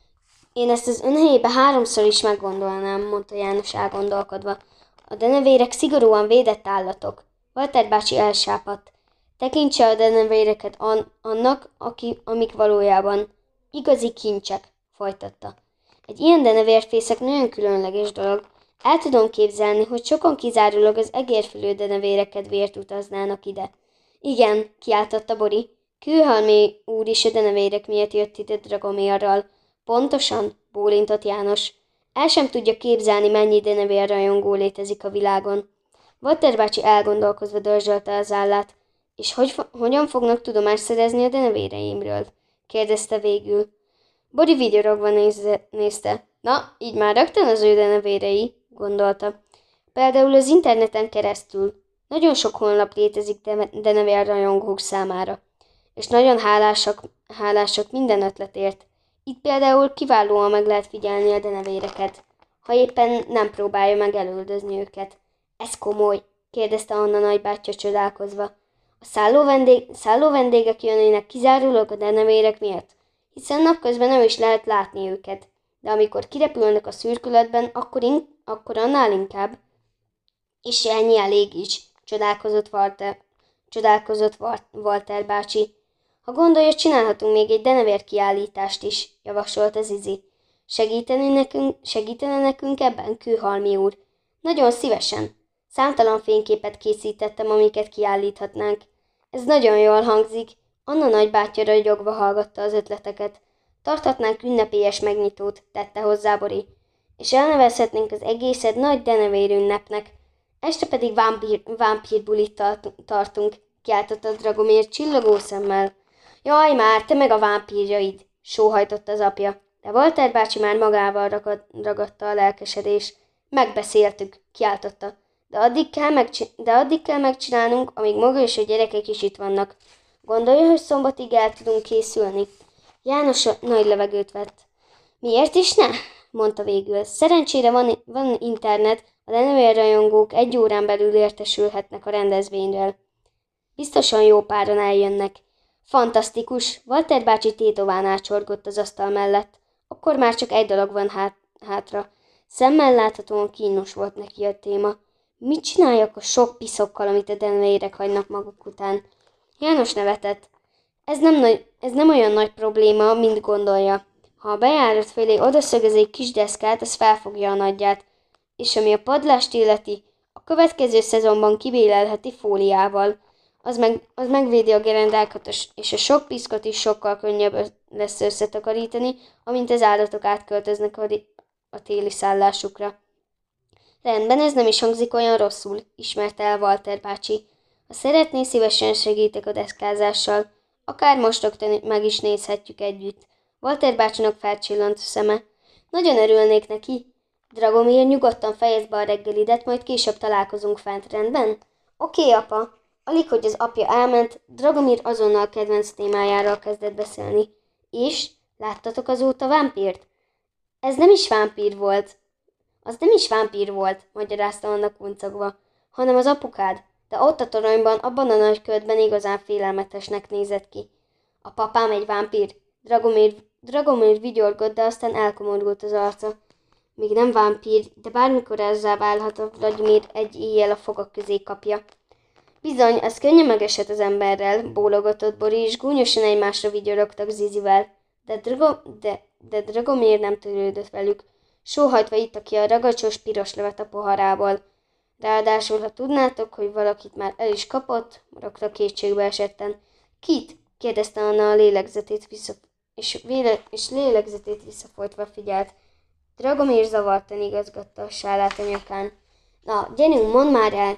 Én ezt az ön helyébe 3-szor is meggondolnám, mondta János elgondolkodva. A denevérek szigorúan védett állatok. Walter bácsi elsápadt. Tekintse a denevéreket annak, amik valójában igazi kincsek, folytatta. Egy ilyen denevérfészek nagyon különleges dolog. El tudom képzelni, hogy sokan kizárólag az egérfülű denevér kedvéért utaznának ide. Igen, kiáltotta Bori. Kőhalmi úr is a denevérek miatt jött ide Dragomérral. Pontosan, bólintott János. El sem tudja képzelni, mennyi denevérrajongó létezik a világon. Walter bácsi elgondolkozva dörzsölte az állát. És hogyan fognak tudomást szerezni a denevéreimről? Kérdezte végül. Bori vigyorogva nézte. Na, így már rögtön az ő denevérei, gondolta. Például az interneten keresztül. Nagyon sok honlap létezik denevérrajongók számára. És nagyon hálásak minden ötletért. Itt például kiválóan meg lehet figyelni a denevéreket, ha éppen nem próbálja meg elüldözni őket. Ez komoly? Kérdezte Anna nagybátyja csodálkozva. A szálló vendégek jönnének kizárólag a denevérek miatt, hiszen napközben nem is lehet látni őket, de amikor kirepülnek a szürkületben, akkor annál inkább. És ennyi elég is, csodálkozott Walter bácsi. Ha gondolja, csinálhatunk még egy denevér kiállítást is, javasolta Zizi. Segítene nekünk ebben, Kőhalmi úr? Nagyon szívesen. Számtalan fényképet készítettem, amiket kiállíthatnánk. Ez nagyon jól hangzik. Anna nagybátyja ragyogva hallgatta az ötleteket. Tarthatnánk ünnepélyes megnyitót, tette hozzá Bori. És elnevezhetnénk az egészet nagy denevér ünnepnek. Este pedig vámpírbulit tartunk, kiáltotta Dragomir csillogó szemmel. Jaj már, te meg a vámpírjaid, sóhajtott az apja, de Walter bácsi már magával ragadta a lelkesedés. Megbeszéltük, kiáltotta, de addig kell megcsinálnunk, amíg maga és a gyerekek is itt vannak. Gondolja, hogy szombatig el tudunk készülni? János nagy levegőt vett. Miért is ne? Mondta végül. Szerencsére van internet, a denevérrajongók 1 órán belül értesülhetnek a rendezvényről. Biztosan jó páran eljönnek. Fantasztikus! Walter bácsi tétován ácsorgott az asztal mellett. Akkor már csak egy dolog van hátra. Szemmel láthatóan kínos volt neki a téma. Mit csináljak a sok piszokkal, amit a denevérek hagynak maguk után? János nevetett. Ez nem olyan nagy probléma, mint gondolja. Ha a bejárat fölé odaszögez egy kis deszkát, az felfogja a nagyját. És ami a padlást illeti, a következő szezonban kibélelheti fóliával. Az megvédi a gerendákat, és a sok piszkot is sokkal könnyebb lesz összetakarítani, amint az állatok átköltöznek a téli szállásukra. Rendben, ez nem is hangzik olyan rosszul, ismerte el Walter bácsi. Ha szeretné, szívesen segítek a deszkázással. Akár most rögtön meg is nézhetjük együtt. Walter bácsinak felcsillant a szeme. Nagyon örülnék neki. Dragomir, nyugodtan fejezd be a reggelidet, majd később találkozunk fent, rendben? Oké, apa. Alig, hogy az apja elment, Dragomir azonnal kedvenc témájáról kezdett beszélni. És? Láttatok azóta vámpírt? Ez nem is vámpír volt. Az nem is vámpír volt, magyarázta annak kuncogva, hanem az apukád, de ott a toronyban, abban a nagy ködben igazán félelmetesnek nézett ki. A papám egy vámpír. Dragomir vigyorgott, de aztán elkomorult az arca. Még nem vámpír, de bármikor ezzel válhat, a Vladimir egy éjjel a fogak közé kapja. Bizony, ez könnyen megesett az emberrel, bólogatott Bori, és gúnyosan egymásra vigyorogtak Zizivel. De Dragomir nem törődött velük. Sóhajtva itta ki a ragacsos piros levet a poharából. Ráadásul, ha tudnátok, hogy valakit már el is kapott, morogta kétségbe esetten. Kit? Kérdezte Anna a lélegzetét visszafolytva figyelt. Dragomir zavartan igazgatta a sálát a nyakán. Na, gyerünk, mondd már el!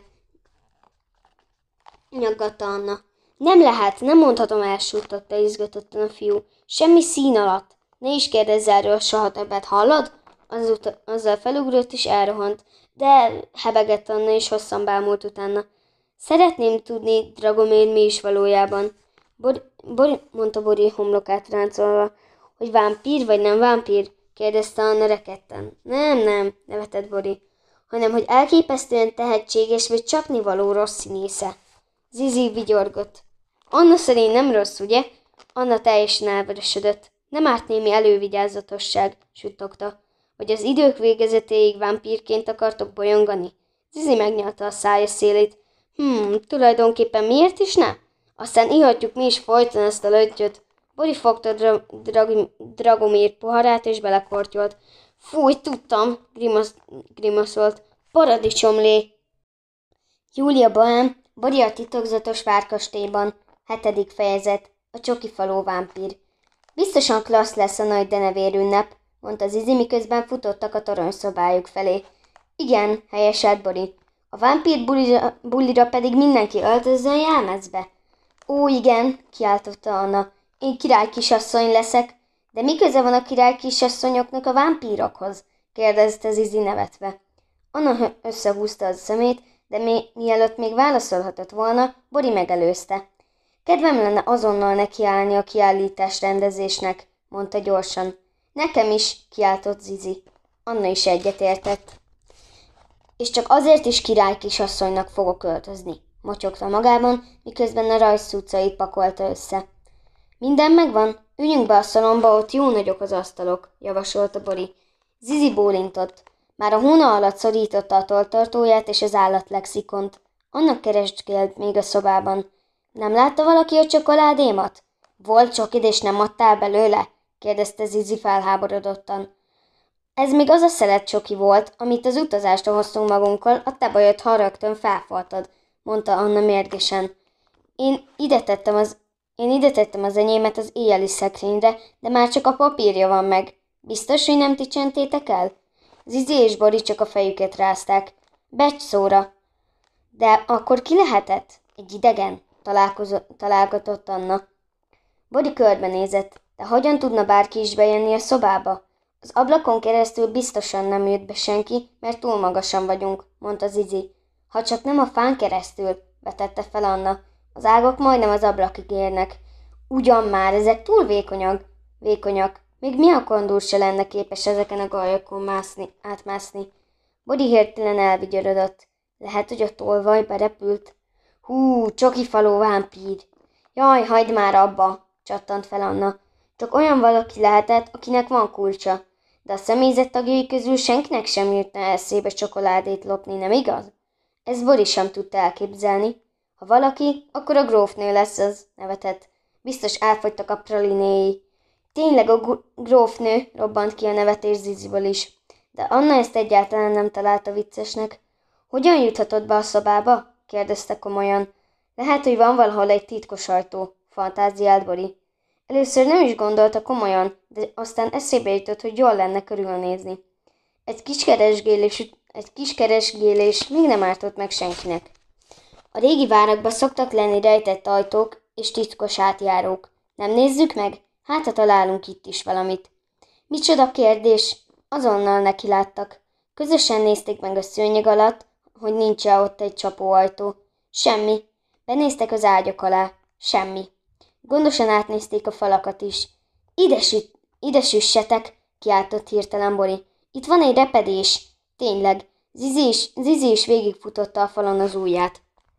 Nyaggatta Anna. Nem lehet, nem mondhatom el, suttatta izgatottan a fiú. Semmi szín alatt. Ne is kérdezz erről soha többet, hallod? Azzal felugrott és elrohant, de hebegett Anna és hosszan bámult utána. Szeretném tudni, Dragomir, mi is valójában. Mondta Bori homlokát ráncolva. Hogy vámpír vagy nem vámpír? Kérdezte Anna rekedten. Nem, nevetett Bori, hanem hogy elképesztően tehetséges vagy csapnivaló rossz színésze. Zizi vigyorgott. Anna szerint nem rossz, ugye? Anna teljesen elvörösödött. Nem árt némi elővigyázatosság, suttogta. Hogy az idők végezetéig vámpírként akartok bolyongani? Zizi megnyalta a szája szélét. Tulajdonképpen miért is ne? Aztán ihatjuk mi is folyton ezt a löttyöt. Bori fogta Dragomir poharát és belekortyolt. Fúj, tudtam, grimaszolt. Paradicsomlé! Júlia Bohem, Bori a titokzatos várkastélyban. 7. fejezet. A csokifaló vámpír. Biztosan klassz lesz a nagy denevér ünnep, mondta Zizi, miközben futottak a toronyszobájuk felé. Igen, helyeselt Bori. A vámpír bulira pedig mindenki öltözzön jelmezbe. Ó, igen, kiáltotta Anna. Én király kisasszony leszek. De mi köze van a király kisasszonyoknak a vámpírokhoz? Kérdezte Zizi nevetve. Anna összehúzta a szemét, de mielőtt még válaszolhatott volna, Bori megelőzte. Kedvem lenne azonnal nekiállni a kiállítás rendezésnek, mondta gyorsan. Nekem is, kiáltott Zizi. Anna is egyetértett. És csak azért is király kisasszonynak fogok öltözni, motyogta magában, miközben a rajzcuccait pakolta össze. Minden megvan? Üljünk be a szalomba, ott jó nagyok az asztalok, javasolta Bori. Zizi bólintott. Már a hóna alatt szorította a tolltartóját és az állatlexikont. Annak keresgélt még a szobában. Nem látta valaki a csokoládémat? Volt csokid és nem adtál belőle? Kérdezte Zizi felháborodottan. Ez még az a szelet csoki volt, amit az utazásra hoztunk magunkkal, a te bajod, ha rögtön felfaltad, mondta Anna mérgesen. Én ide tettem az enyémet az éjjeli szekrényre, de már csak a papírja van meg. Biztos, hogy nem ti csentétek el? Zizi és Bori csak a fejüket rázták. Becs szóra. De akkor ki lehetett? Egy idegen? Találgatott Anna. Bori körbenézett. De hogyan tudna bárki is bejönni a szobába? Az ablakon keresztül biztosan nem jött be senki, mert túl magasan vagyunk, mondta Zizi. Ha csak nem a fán keresztül, vetette fel Anna. Az ágak majdnem az ablakig érnek. Ugyan már, ezek túl vékonyak. Még mi a kondúr se lenne képes ezeken a gallyokon átmászni. Bori hirtelen elvigyorodott. Lehet, hogy a tolvaj berepült. Hú, csokifaló vámpír. Jaj, hagyd már abba, csattant fel Anna. Csak olyan valaki lehetett, akinek van kulcsa. De a személyzet tagjai közül senkinek sem jutna eszébe csokoládét lopni, nem igaz? Ez Bori sem tudta elképzelni. Ha valaki, akkor a grófnő lesz az, nevetett. Biztos elfogytak a pralinéi. Tényleg a grófnő, robbant ki a nevetés Ziziből is. De Anna ezt egyáltalán nem találta viccesnek. Hogyan juthatott be a szobába? Kérdezte komolyan. Lehet, hogy van valahol egy titkos ajtó, fantáziált Bori. Először nem is gondolta komolyan, de aztán eszébe jutott, hogy jól lenne körülnézni. Egy kis keresgélés még nem ártott meg senkinek. A régi várakban szoktak lenni rejtett ajtók és titkos átjárók. Nem nézzük meg? Hát, ha találunk itt is valamit. Micsoda kérdés? Azonnal nekiláttak. Közösen nézték meg a szőnyeg alatt, hogy nincs-e ott egy csapóajtó. Semmi. Benéztek az ágyak alá. Semmi. Gondosan átnézték a falakat is. Ide süssetek, kiáltott hirtelen Bori. Itt van egy repedés. Tényleg. Zizi is végigfutotta a falon az ujját.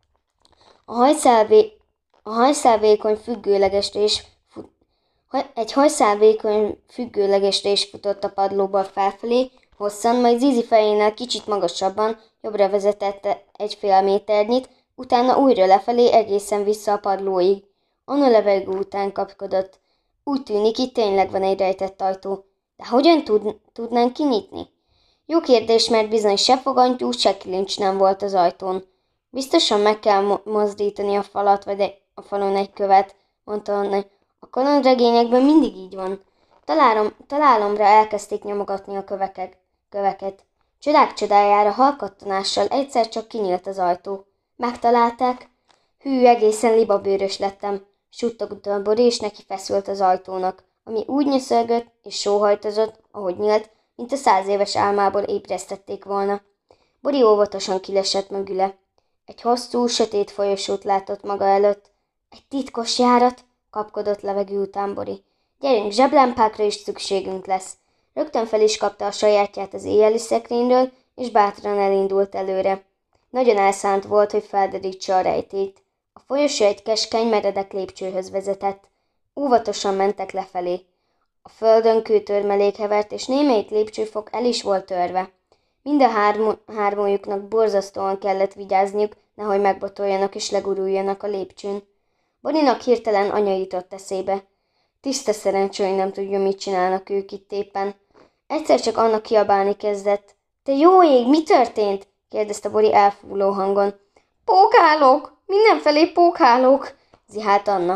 Egy hajszálvékony függőleges rés futott a padlóból felfelé, hosszan, majd Zizi fejénél kicsit magasabban, jobbra vezetett egy fél méternyit, utána újra lefelé egészen vissza a padlóig. Anna levegő után kapkodott. Úgy tűnik, itt tényleg van egy rejtett ajtó. De hogyan tudnánk kinyitni? Jó kérdés, mert bizony se fogantyú, se kilincs nem volt az ajtón. Biztosan meg kell mozdítani a falat, vagy a falon egy követ, mondta Anna. A kalandregényekben mindig így van. Találomra elkezdték nyomogatni a köveket. Csodák csodájára hallkattanással egyszer csak kinyílt az ajtó. Megtalálták? Hű, egészen libabőrös lettem, suttogott a Bori, és neki feszült az ajtónak, ami úgy nyöszörgött és sóhajtozott, ahogy nyílt, mint a 100 éves álmából ébresztették volna. Bori óvatosan kilesett mögüle. Egy hosszú, sötét folyosót látott maga előtt. Egy titkos járat, kapkodott levegő után Bori. Gyerünk, zseblámpákra is szükségünk lesz. Rögtön fel is kapta a sajátját az éjjeli szekrényről, és bátran elindult előre. Nagyon elszánt volt, hogy felderítse a rejtét. A folyosó egy keskeny, meredek lépcsőhöz vezetett. Óvatosan mentek lefelé. A földön kőtörmelék hevert, és némelyik lépcsőfok el is volt törve. Mind a hármójuknak borzasztóan kellett vigyázniuk, nehogy megbotoljanak és leguruljanak a lépcsőn. Boninak hirtelen anya jutott eszébe. Tiszta szerencsé, hogy nem tudja, mit csinálnak ők itt éppen. Egyszer csak Anna kiabálni kezdett. Te jó ég, mi történt? Kérdezte Bori elfúló hangon. Pókhálók! Mindenfelé pókhálók! Zihált Anna.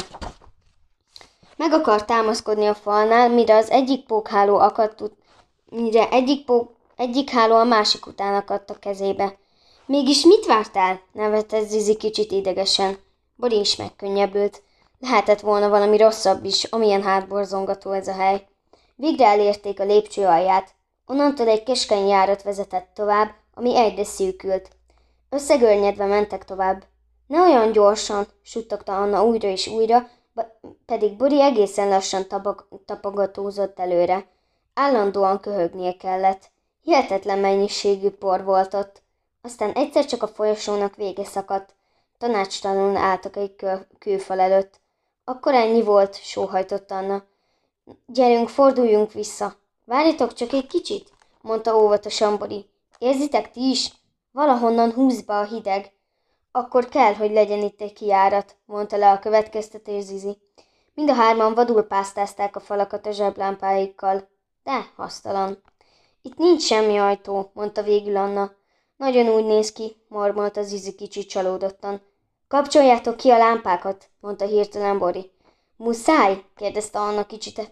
Meg akart támaszkodni a falnál, mire az egyik pókháló akadt, mire egyik háló a másik után akadt a kezébe. Mégis mit vártál? Nevetett Zizi kicsit idegesen. Bori is megkönnyebbült. Lehetett volna valami rosszabb is, amilyen hátborzongató ez a hely. Végre elérték a lépcső alját. Onnantól egy keskeny járat vezetett tovább, ami egyre szűkült. Összegörnyedve mentek tovább. Ne olyan gyorsan, suttogta Anna újra és újra, pedig Bori egészen lassan tapogatózott előre. Állandóan köhögnie kellett. Hihetetlen mennyiségű por volt ott. Aztán egyszer csak a folyosónak vége szakadt. Tanácstalanul álltak egy kőfal előtt. Akkor ennyi volt, sóhajtott Anna. Gyerünk, forduljunk vissza. Várjatok csak egy kicsit, mondta óvatosan Bori. Érzitek ti is? Valahonnan húz be a hideg. Akkor kell, hogy legyen itt egy kijárat, mondta le a következtetés Zizi. Mind a hárman vadul pásztázták a falakat a zseblámpáikkal, de hasztalan. Itt nincs semmi ajtó, mondta végül Anna. Nagyon úgy néz ki, mormolta Zizi kicsit csalódottan. Kapcsoljátok ki a lámpákat, mondta hirtelen Bori. Muszáj? Kérdezte Anna kicsit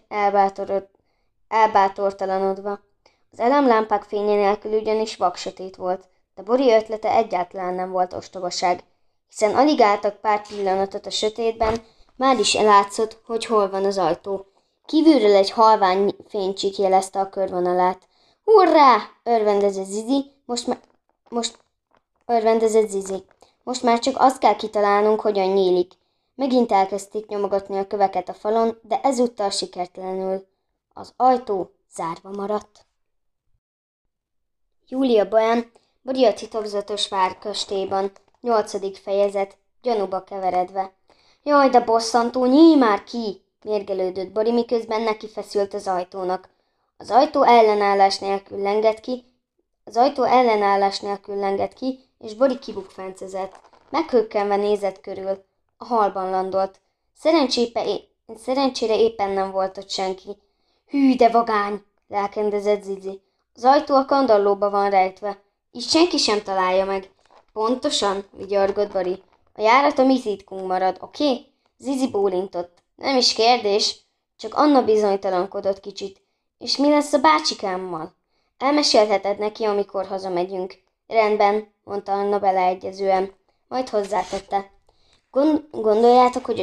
elbátortalanodva. Az elemlámpák fénye nélkül ugyanis vaksötét volt, de Bori ötlete egyáltalán nem volt ostobaság, hiszen alig álltak pár pillanatot a sötétben, már is látszott, hogy hol van az ajtó. Kívülről egy halvány fénycsík jelezte a körvonalát. Hurrá! Örvendezett Zizi, Most már csak azt kell kitalálnunk, hogyan nyílik. Megint elkezdték nyomogatni a köveket a falon, de ezúttal sikertelenül. Az ajtó zárva maradt. Júlia Boyan, Bori a titokzatos várkastélyban, 8. fejezet, gyanúba keveredve. Jaj, de bosszantó, nyíj már ki! Mérgelődött Bori, miközben neki feszült az ajtónak. Az ajtó ellenállás nélkül lengett ki, és Bori kibukfencezett. Meghökkenve nézett körül. A halban landolt. Szerencsére éppen nem volt ott senki. Hű, de vagány! Lelkendezett Zizi. Az ajtó a kandallóba van rejtve. Így senki sem találja meg. Pontosan, vigyorgott Bori. A járat a mi titkunk marad, oké? Zizi bólintott. Nem is kérdés, csak Anna bizonytalankodott kicsit. És mi lesz a bácsikámmal? Elmesélheted neki, amikor hazamegyünk. Rendben, mondta Anna beleegyezően. Majd hozzátette. Gondoljátok, hogy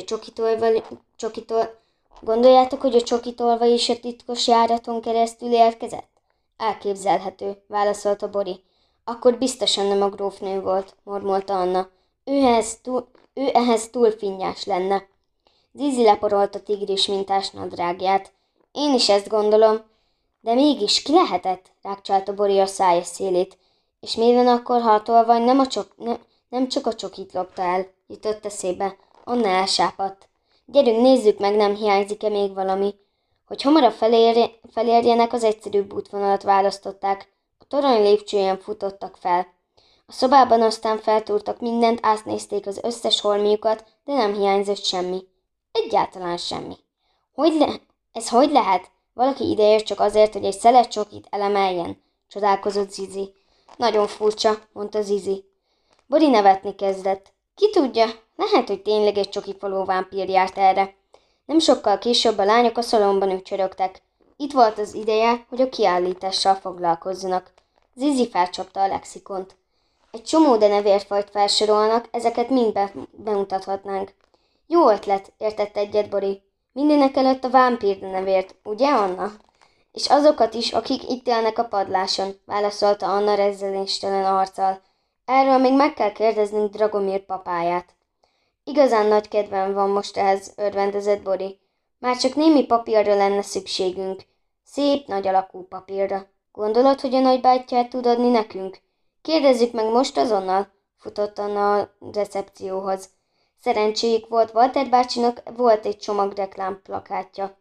a csokitolva is a titkos járaton keresztül érkezett? Elképzelhető, válaszolta Bori. Akkor biztosan nem a grófnő volt, mormolta Anna. Ő ehhez túl finnyás lenne. Zizi leporolta tigris mintás nadrágját. Én is ezt gondolom. De mégis ki lehetett? Rákcsálta Bori a szája szélét. És mi van akkor, ha a tolvaj nem csak a csokit lopta el, jutott eszébe. Anna elsápadt. Gyerünk, nézzük meg, nem hiányzik-e még valami. Hogy hamarabb felérjenek, az egyszerűbb útvonalat választották. A torony lépcsőjén futottak fel. A szobában aztán feltúrtak mindent, átnézték az összes holmiukat, de nem hiányzott semmi. Egyáltalán semmi. Ez hogy lehet? Valaki ideért csak azért, hogy egy szelet csokit elemeljen? Csodálkozott Zizi. Nagyon furcsa, mondta Zizi. Bori nevetni kezdett. Ki tudja, lehet, hogy tényleg egy csokifaló vámpír járt erre. Nem sokkal később a lányok a szalomban ücsörögtek. Itt volt az ideje, hogy a kiállítással foglalkozzanak. Zizi felcsapta a lexikont. Egy csomó denevérfajt felsorolnak, ezeket mind bemutathatnánk. Jó ötlet, értett egyet Bori. Mindenek előtt a vámpír denevért, ugye Anna? És azokat is, akik itt élnek a padláson, válaszolta Anna rezzeléstelen arccal. Erről még meg kell kérdeznünk Dragomir papáját. Igazán nagy kedvem van most ehhez, örvendezett Bori. Már csak némi papírra lenne szükségünk. Szép, nagy alakú papírra. Gondolod, hogy a nagybátyját tud adni nekünk? Kérdezzük meg most azonnal, futott Anna a recepcióhoz. Szerencséjük volt, Walter bácsinak volt egy csomag reklámplakátja.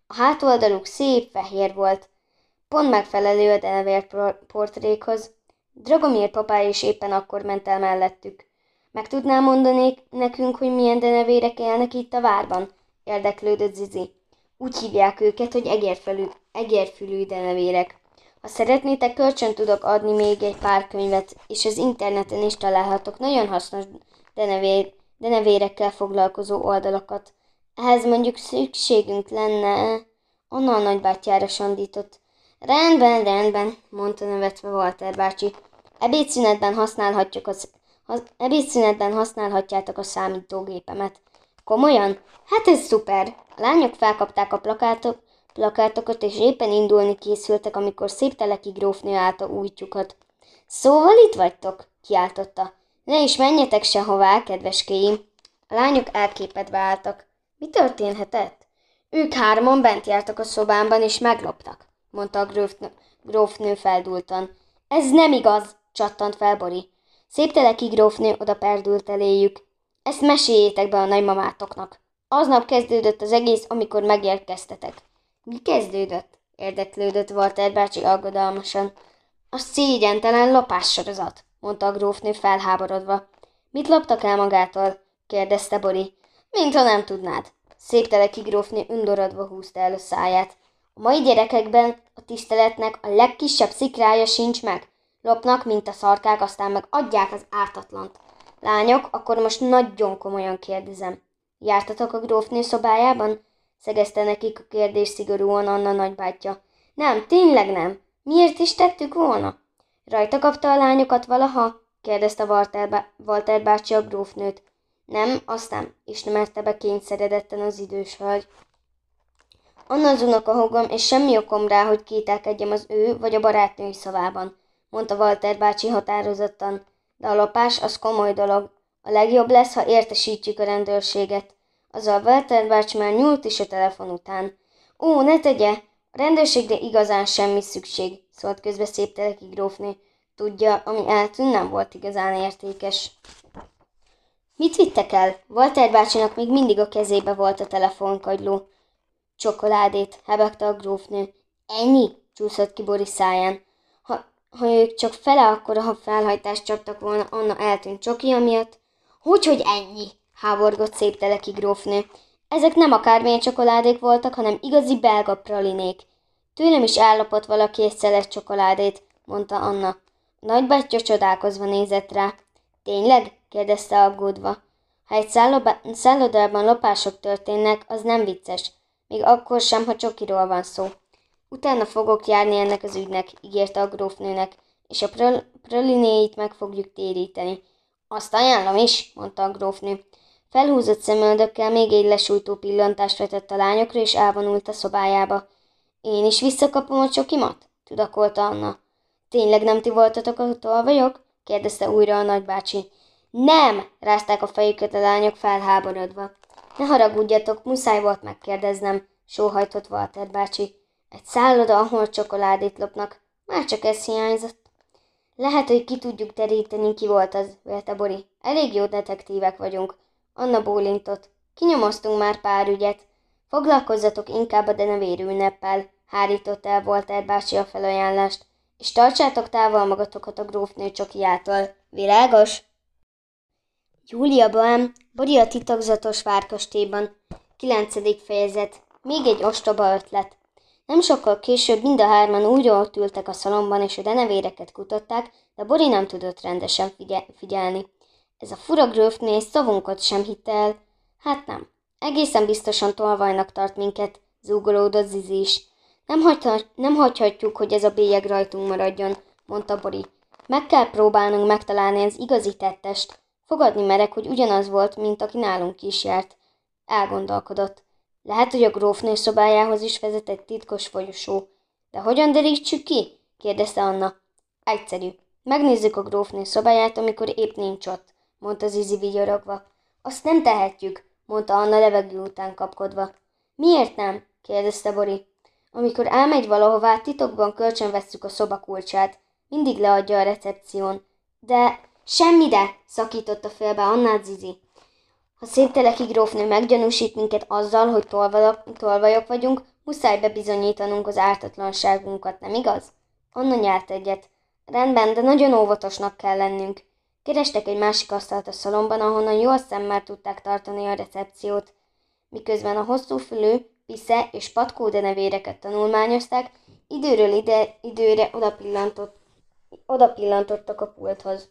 A hátoldaluk szép, fehér volt, pont megfelelő a denevér portrékhoz. Dragomir papája is éppen akkor ment el mellettük. Meg tudnál mondani nekünk, hogy milyen denevérek élnek itt a várban? Érdeklődött Zizi. Úgy hívják őket, hogy egérfülű denevérek. Ha szeretnétek, kölcsön tudok adni még egy pár könyvet, és az interneten is találhatok nagyon hasznos denevérekkel foglalkozó oldalakat. Ehhez mondjuk szükségünk lenne... Anna a nagybátyjára sandított. Rendben, mondta nevetve Walter bácsi. Ebédszünetben használhatjátok a számítógépemet. Komolyan? Hát ez szuper! A lányok felkapták a plakátokat, és éppen indulni készültek, amikor Szépteleki grófnő állta útjukat. Szóval itt vagytok? Kiáltotta. Ne is menjetek sehová, kedveskéim! A lányok elképedve álltak. Mi történhetett? Ők hárman bent jártak a szobámban, és megloptak, mondta a grófnő feldúltan. Ez nem igaz, csattant fel Bori. Szépteleki grófnő oda perdült eléjük. Ezt meséljétek be a nagymamátoknak. Aznap kezdődött az egész, amikor megérkeztetek. Mi kezdődött? Érdeklődött Walter bácsi aggodalmasan. A szégyentelen lopássorozat, mondta a grófnő felháborodva. Mit loptak el magától? kérdezte Bori. Mintha nem tudnád. Szépteleki grófnő undorodva húzta el a száját. A mai gyerekekben a tiszteletnek a legkisebb szikrája sincs meg. Lopnak, mint a szarkák, aztán meg adják az ártatlant. Lányok, akkor most nagyon komolyan kérdezem. Jártatok a grófnő szobájában? Szegezte nekik a kérdés szigorúan Anna nagybátyja. Nem, tényleg nem. Miért is tettük volna? Rajta kapta a lányokat valaha? kérdezte Walter bácsi a grófnőt. Nem, azt nem, ismerte be kényszeredetten az idős hölgy. Anna az unokahúgom, és semmi okom rá, hogy kételkedjem az ő vagy a barátnői szavában, mondta Walter bácsi határozottan, de a lopás az komoly dolog. A legjobb lesz, ha értesítjük a rendőrséget. Azzal Walter bácsi már nyúlt is a telefon után. Ó, ne tegye! A rendőrségre igazán semmi szükség, szólt közbe Szépteleki grófnő. Tudja, ami eltűnt, nem volt igazán értékes. Mit vittek el? Walter bácsinak még mindig a kezébe volt a telefonkagyló. Csokoládét, hebegte a grófnő. Ennyi? Csúszott ki Boris száján. Ha ők csak fele akkora, ha felhajtást csaptak volna Anna eltűnt csokia miatt. Hogyhogy ennyi? Háborgott Szépteleki grófnő. Ezek nem akármilyen csokoládék voltak, hanem igazi belga pralinék. Tőlem is ellopott valaki egy szelet csokoládét, mondta Anna. A nagybátyja csodálkozva nézett rá. Tényleg? kérdezte aggódva. Ha egy szállodában lopások történnek, az nem vicces. Még akkor sem, ha csokiról van szó. Utána fogok járni ennek az ügynek, ígérte a grófnőnek, és a pralinéit meg fogjuk téríteni. Azt ajánlom is, mondta a grófnő. Felhúzott szemöldökkel még egy lesújtó pillantást vetett a lányokra, és elvonult a szobájába. Én is visszakapom a csokimat? Tudakolta Anna. Tényleg nem ti voltatok a tolvajok? kérdezte újra a nagybácsi. Nem! Rázták a fejüket a lányok felháborodva. Ne haragudjatok, muszáj volt megkérdeznem, sóhajtott Walter bácsi. Egy szálloda, ahol csokoládét lopnak. Már csak ez hiányzott. Lehet, hogy ki tudjuk teríteni, ki volt az, vélte Bori. Elég jó detektívek vagyunk. Anna bólintott. Kinyomoztunk már pár ügyet. Foglalkozzatok inkább a denevér ünneppel, hárított el Walter bácsi a felajánlást, és tartsátok távol magatokat a grófnő csokiától. Világos? Júlia Bohem, Bori a titokzatos várkastélyban. 9. fejezet. Még egy ostoba ötlet. Nem sokkal később mind a hárman újra ott ültek a szalomban, és a denevéreket kutatták, de Bori nem tudott rendesen figyelni. Ez a fura grófnő és szavunkat sem hitte el. Hát nem. Egészen biztosan tolvajnak tart minket, zúgolódott Zizi is. Nem hagyhatjuk, hogy ez a bélyeg rajtunk maradjon, mondta Bori. Meg kell próbálnunk megtalálni az igazi tettest. Fogadni merek, hogy ugyanaz volt, mint aki nálunk is járt. Elgondolkodott. Lehet, hogy a grófnő szobájához is vezet egy titkos folyosó. De hogyan derítsük ki? kérdezte Anna. Egyszerű. Megnézzük a grófnő szobáját, amikor épp nincs ott, mondta Zizi vigyorogva. Azt nem tehetjük, mondta Anna levegő után kapkodva. Miért nem? kérdezte Bori. Amikor elmegy valahová, titokban kölcsönvesszük a szoba kulcsát. Mindig leadja a recepción. De semmi de, szakította félbe Annát Zizi. Ha Szépteleki grófnő meggyanúsít minket azzal, hogy tolvajok vagyunk, Muszáj bebizonyítanunk az ártatlanságunkat, nem igaz? Anna nyelt egyet. Rendben, de nagyon óvatosnak kell lennünk. Kerestek egy másik asztalt a szalomban, ahonnan jól szemmel tudták tartani a recepciót. Miközben a hosszúfülű, Pisze és Patkó denevéreket tanulmányozták, időről időre odapillantottak a pulthoz.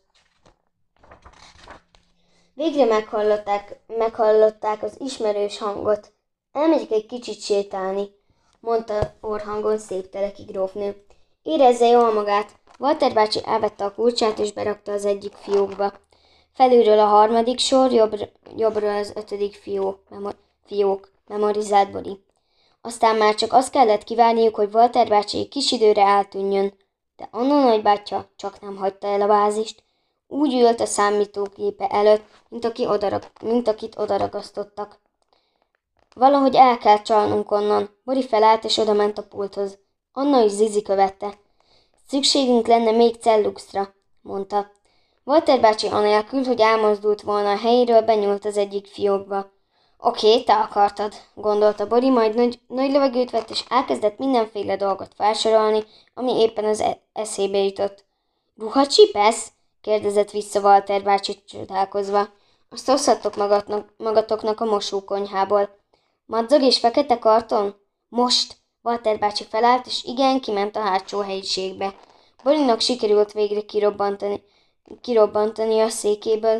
Végre meghallották az ismerős hangot. Elmegyek egy kicsit sétálni, mondta orrhangon Szépteleki grófnő. Érezze jól magát. Walter bácsi elvette a kulcsát és berakta az egyik fiókba. Felülről a harmadik sor, jobbról az 5. fiók, memorizált Bori. Aztán már csak azt kellett kivárniuk, hogy Walter bácsi egy kis időre eltűnjön, de Anna nagybátyja csak nem hagyta el a bázist. Úgy ült a számítógépe előtt, mint akit odaragasztottak. Valahogy el kell csalnunk onnan. Bori felállt és odament a pulthoz. Anna és Zizi követte. Szükségünk lenne még celluxra, mondta. Walter bácsi anélkül, hogy elmozdult volna a helyéről, benyúlt az egyik fiókba. Oké, te akartad, gondolta Bori, majd nagy levegőt vett, és elkezdett mindenféle dolgot felsorolni, ami éppen az eszébe jutott. Ruhacsipesz? Kérdezett vissza Walter bácsi csodálkozva. Azt hozhattok magatoknak a mosókonyhából. Madzag és fekete karton? Most! Walter bácsi felállt, és igen, kiment a hátsó helyiségbe. Borinak sikerült végre kirobbantani a székéből.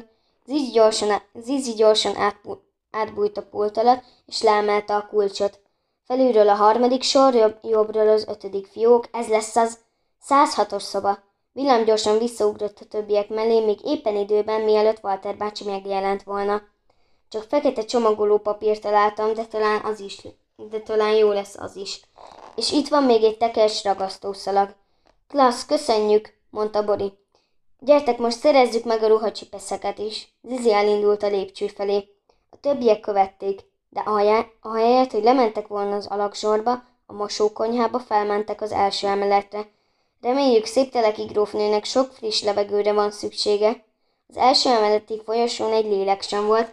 Zizi gyorsan átbújt a pult alatt, és leemelte a kulcsot. Felülről a harmadik sor, jobbról az 5. fiók, ez lesz az 106-os szoba. Villámgyorsan visszaugrott a többiek mellé, még éppen időben, mielőtt Walter bácsi megjelent volna. Csak fekete csomagoló papírt találtam, de talán jó lesz az is. És itt van még egy tekers ragasztószalag. Klassz, köszönjük, mondta Bori. Gyertek, most szerezzük meg a ruhacsipeszeket is. Zizi elindult a lépcső felé. A többiek követték, de ahelyett, hogy lementek volna az alagsorba, a mosókonyhába, felmentek az első emeletre. Reméljük, Szépteleki grófnőnek sok friss levegőre van szüksége. Az első emeleti folyosón egy lélek sem volt,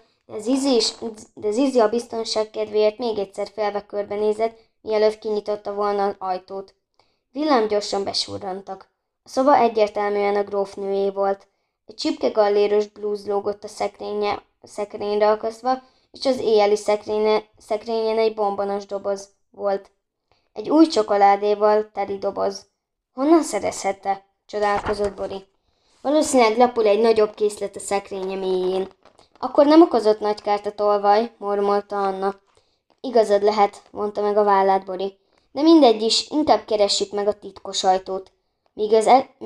de Zizi a biztonság kedvéért még egyszer félve körbenézett, mielőtt kinyitotta volna az ajtót. Villámgyorsan besurrantak. A szoba egyértelműen a grófnőjé volt. Egy csipkegalléros blúz lógott a szekrényre akasztva, és az éjjeli szekrényen egy bombonos doboz volt. Egy új csokoládéval teli doboz. Honnan szerezhette? Csodálkozott Bori. Valószínűleg lapul egy nagyobb készlet a szekrénye mélyén. Akkor nem okozott nagy kárt a tolvaj, mormolta Anna. Igazad lehet, mondta meg a vállát Bori. De mindegy is, inkább keressük meg a titkos ajtót. Míg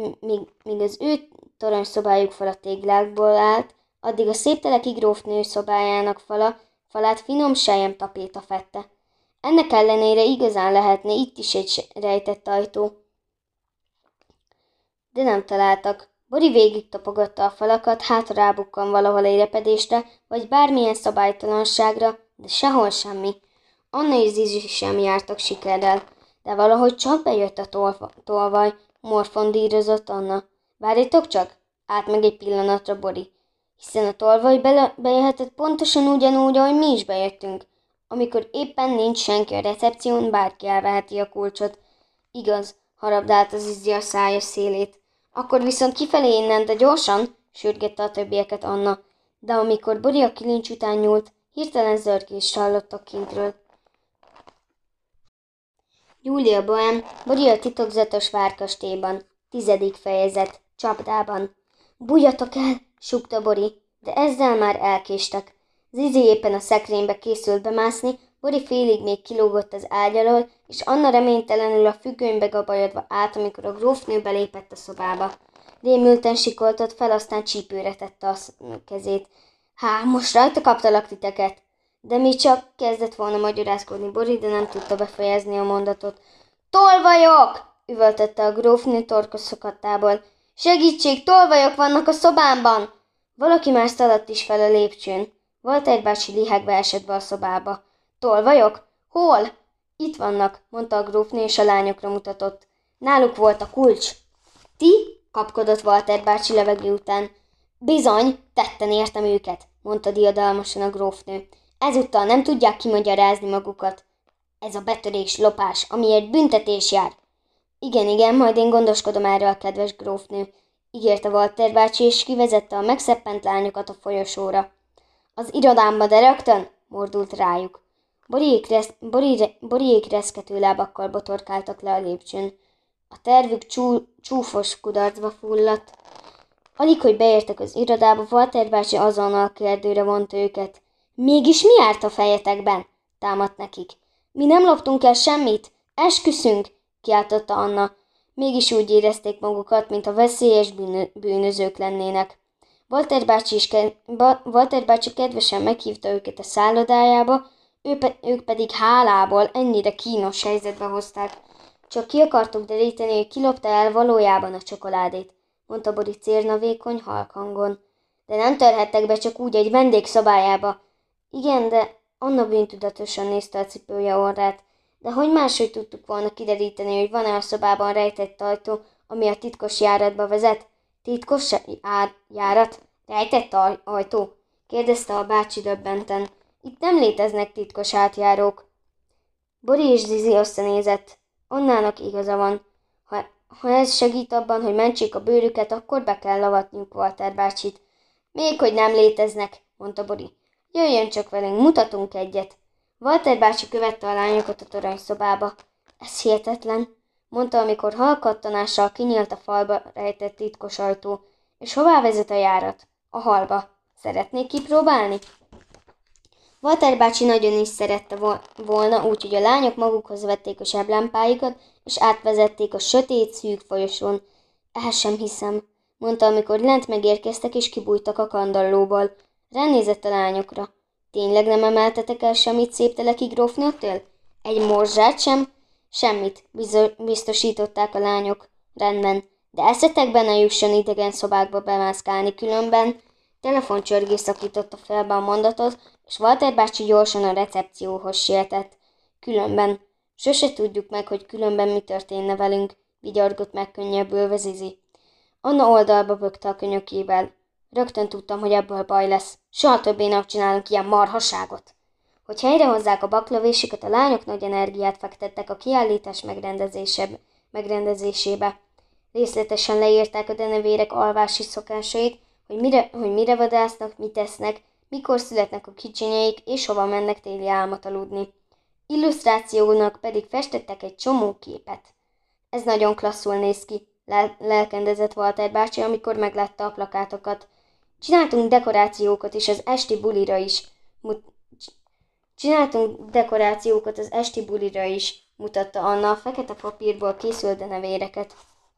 az ő toronyszobájuk fala téglákból állt, addig a Szépteleki grófnő szobájának falát finom tapéta fette. Ennek ellenére igazán lehetne itt is egy rejtett ajtó. De nem találtak. Bori végig tapogatta a falakat, hátra rábukkan valahol egy repedésre, vagy bármilyen szabálytalanságra, de sehol semmi. Anna és Zizi sem jártak sikerrel, de valahogy csak bejött a tolvaj, morfondírozott Anna. Várjatok csak, állt meg egy pillanatra Bori, hiszen a tolvaj bejöhetett pontosan ugyanúgy, ahogy mi is bejöttünk. Amikor éppen nincs senki a recepción, bárki elveheti a kulcsot. Igaz, harabdálta Zizi a szája szélét. Akkor viszont kifelé innen, de gyorsan, sürgette a többieket Anna. De amikor Bori a kilincs után nyúlt, hirtelen zörgést hallottak kintről. Júlia Bohem, Bori a titokzatos várkastélyban. 10. fejezet, csapdában. Bújjatok el, súgta Bori, de ezzel már elkéstek. Zizi éppen a szekrénybe készült bemászni, Bori félig még kilógott az ágy alól, és Anna reménytelenül a függönybe gabajodva állt, amikor a grófnő belépett a szobába. Rémülten sikoltott fel, aztán csípőre tette a kezét. Há, most rajta kaptalak titeket! De mi csak kezdett volna magyarázkodni Bori, de nem tudta befejezni a mondatot. Tolvajok! Üvöltette a grófnő torkoszakadtából. Segítség, tolvajok vannak a szobámban! Valaki más szaladt is fel a lépcsőn. Walter bácsi lihegve esett be a szobába. Tolvajok? Hol? Itt vannak, mondta a grófnő, és a lányokra mutatott. Náluk volt a kulcs. Ti? Kapkodott Walter bácsi levegő után. Bizony, tetten értem őket, mondta diadalmasan a grófnő. Ezúttal nem tudják kimagyarázni magukat. Ez a betörés, lopás, amiért büntetés jár. Igen, majd én gondoskodom erről a kedves grófnő, ígérte Walter bácsi, és kivezette a megszeppent lányokat a folyosóra. Az irodámba, de rögtön, mordult rájuk. Boriék reszkető lábakkal botorkáltak le a lépcsőn. A tervük csúfos kudarcba fulladt. Alig, hogy beértek az irodába, Walter bácsi azonnal kérdőre vonta őket. Mégis mi járt a fejetekben? Támadt nekik. Mi nem loptunk el semmit, esküszünk, kiáltotta Anna. Mégis úgy érezték magukat, mint a veszélyes bűnözők lennének. Walter bácsi kedvesen meghívta őket a szállodájába, ők pedig hálából ennyire kínos helyzetbe hozták. Csak ki akartuk deríteni, hogy kilopta el valójában a csokoládét, mondta Bori cérnavékony halk hangon. De nem törhettek be csak úgy egy vendég szobájába. Igen, de Anna bűntudatosan nézte a cipője orrát. De hogy máshogy tudtuk volna kideríteni, hogy van-e a szobában rejtett ajtó, ami a titkos járatba vezet? Titkos járat? Rejtett ajtó? Kérdezte a bácsi döbbenten. Itt nem léteznek titkos átjárók. Bori és Zizi összenézett. Annának igaza van. Ha ez segít abban, hogy mentsék a bőrüket, akkor be kell avatniuk Walter bácsit. Még hogy nem léteznek, mondta Bori. Jöjjön csak velünk, mutatunk egyet. Walter bácsi követte a lányokat a toronyszobába. Ez hihetetlen, mondta, amikor hallkattanással kinyílt a falba rejtett titkos ajtó. És hová vezet a járat? A halba. Szeretnék kipróbálni? Walter bácsi nagyon is szerette volna, úgyhogy a lányok magukhoz vették a seblámpáikat, és átvezették a sötét, szűk folyosón. Ehhez sem hiszem, mondta, amikor lent megérkeztek és kibújtak a kandallóból. Ránézett a lányokra. Tényleg nem emeltetek el semmit szép teleki grófnőttől? Egy morzsát sem? Semmit, biztosították a lányok. Rendben, de eszetekben ne jusson idegen szobákba bemászkálni, különben... Telefoncsörgés szakította fel be a mondatot, és Walter bácsi gyorsan a recepcióhoz sietett. Különben. Sose tudjuk meg, hogy különben mi történne velünk, vigyorgott megkönnyebbülve Zizi. Anna oldalba bökte a könyökével. Rögtön tudtam, hogy ebből baj lesz. Soha többé nem csinálunk ilyen marhaságot. Hogy helyrehozzák a baklövésüket, a lányok nagy energiát fektettek a kiállítás megrendezésébe. Részletesen leírták a denevérek alvási szokásait, hogy mire vadásznak, mit esznek, mikor születnek a kicsinyeik, és hova mennek téli álmat aludni. Illusztrációnak pedig festettek egy csomó képet. Ez nagyon klasszul néz ki, lelkendezett Walter bácsi, amikor meglátta a plakátokat. Csináltunk dekorációkat az esti bulira is, mutatta Anna a fekete papírból készült denevéreket.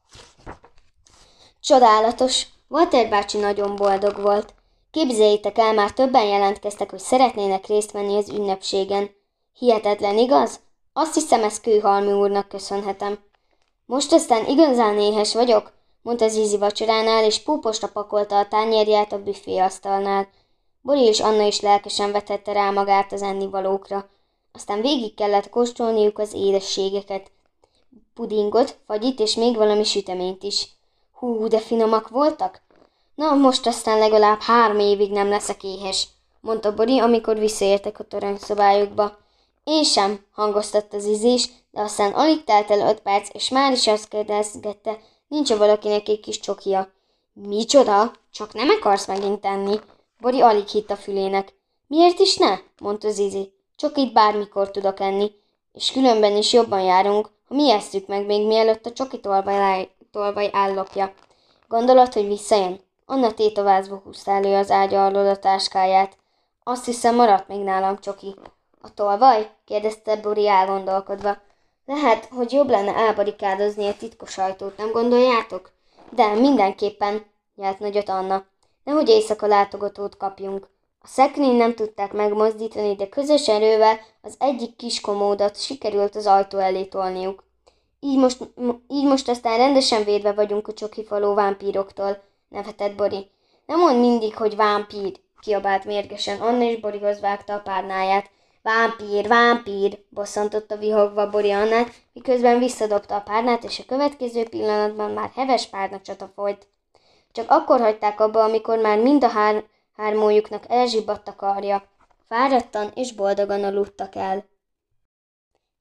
Csodálatos! Walter bácsi nagyon boldog volt. Képzeljétek el, már többen jelentkeztek, hogy szeretnének részt venni az ünnepségen. Hihetetlen, igaz? Azt hiszem, ezt Kőhalmi úrnak köszönhetem. Most aztán igazán éhes vagyok, mondta Zizi vacsoránál, és púposra pakolta a tányérját a büféasztalnál. Bori és Anna is lelkesen vetette rá magát az ennivalókra. Aztán végig kellett kóstolniuk az édességeket. Pudingot, fagyit és még valami süteményt is. Hú, de finomak voltak? Na, most aztán legalább 3 évig nem leszek éhes, mondta Bori, amikor visszaértek a toronyszobájukba. Én sem, hangoztatta Zizi, de aztán alig telt el 5 perc, és már is azt kérdezgette, nincs-e valakinek egy kis csokia. Micsoda? Csak nem akarsz megint enni? Bori alig hitt a fülének. Miért is ne? Mondta Zizi. Csokit bármikor tudok enni, és különben is jobban járunk, ha mi esszük meg még mielőtt a csoki tolvaj állopja. Gondolod, hogy visszajön? Anna tétovázva húzta elő az ágya alól a táskáját. Azt hiszem, maradt még nálam csoki. A tolvaj? Kérdezte Bori elgondolkodva. Lehet, hogy jobb lenne elbarikádozni a titkos ajtót, nem gondoljátok? De mindenképpen, nyelt nagyot Anna. Nehogy éjszaka látogatót kapjunk. A szekrényt nem tudták megmozdítani, de közös erővel az egyik kis komódot sikerült az ajtó elé tolniuk. Így most aztán rendesen védve vagyunk a csokifaló vámpíroktól, nevetett Bori. Nem mondd mindig, hogy vámpír, kiabált mérgesen Anna, és Borihoz vágta a párnáját. Vámpír, bosszantotta vihogva Bori Annát, miközben visszadobta a párnát, és a következő pillanatban már heves párnacsata folyt. Csak akkor hagyták abba, amikor már mind a hármójuknak elzsibbadt a karja. Fáradtan és boldogan aludtak el.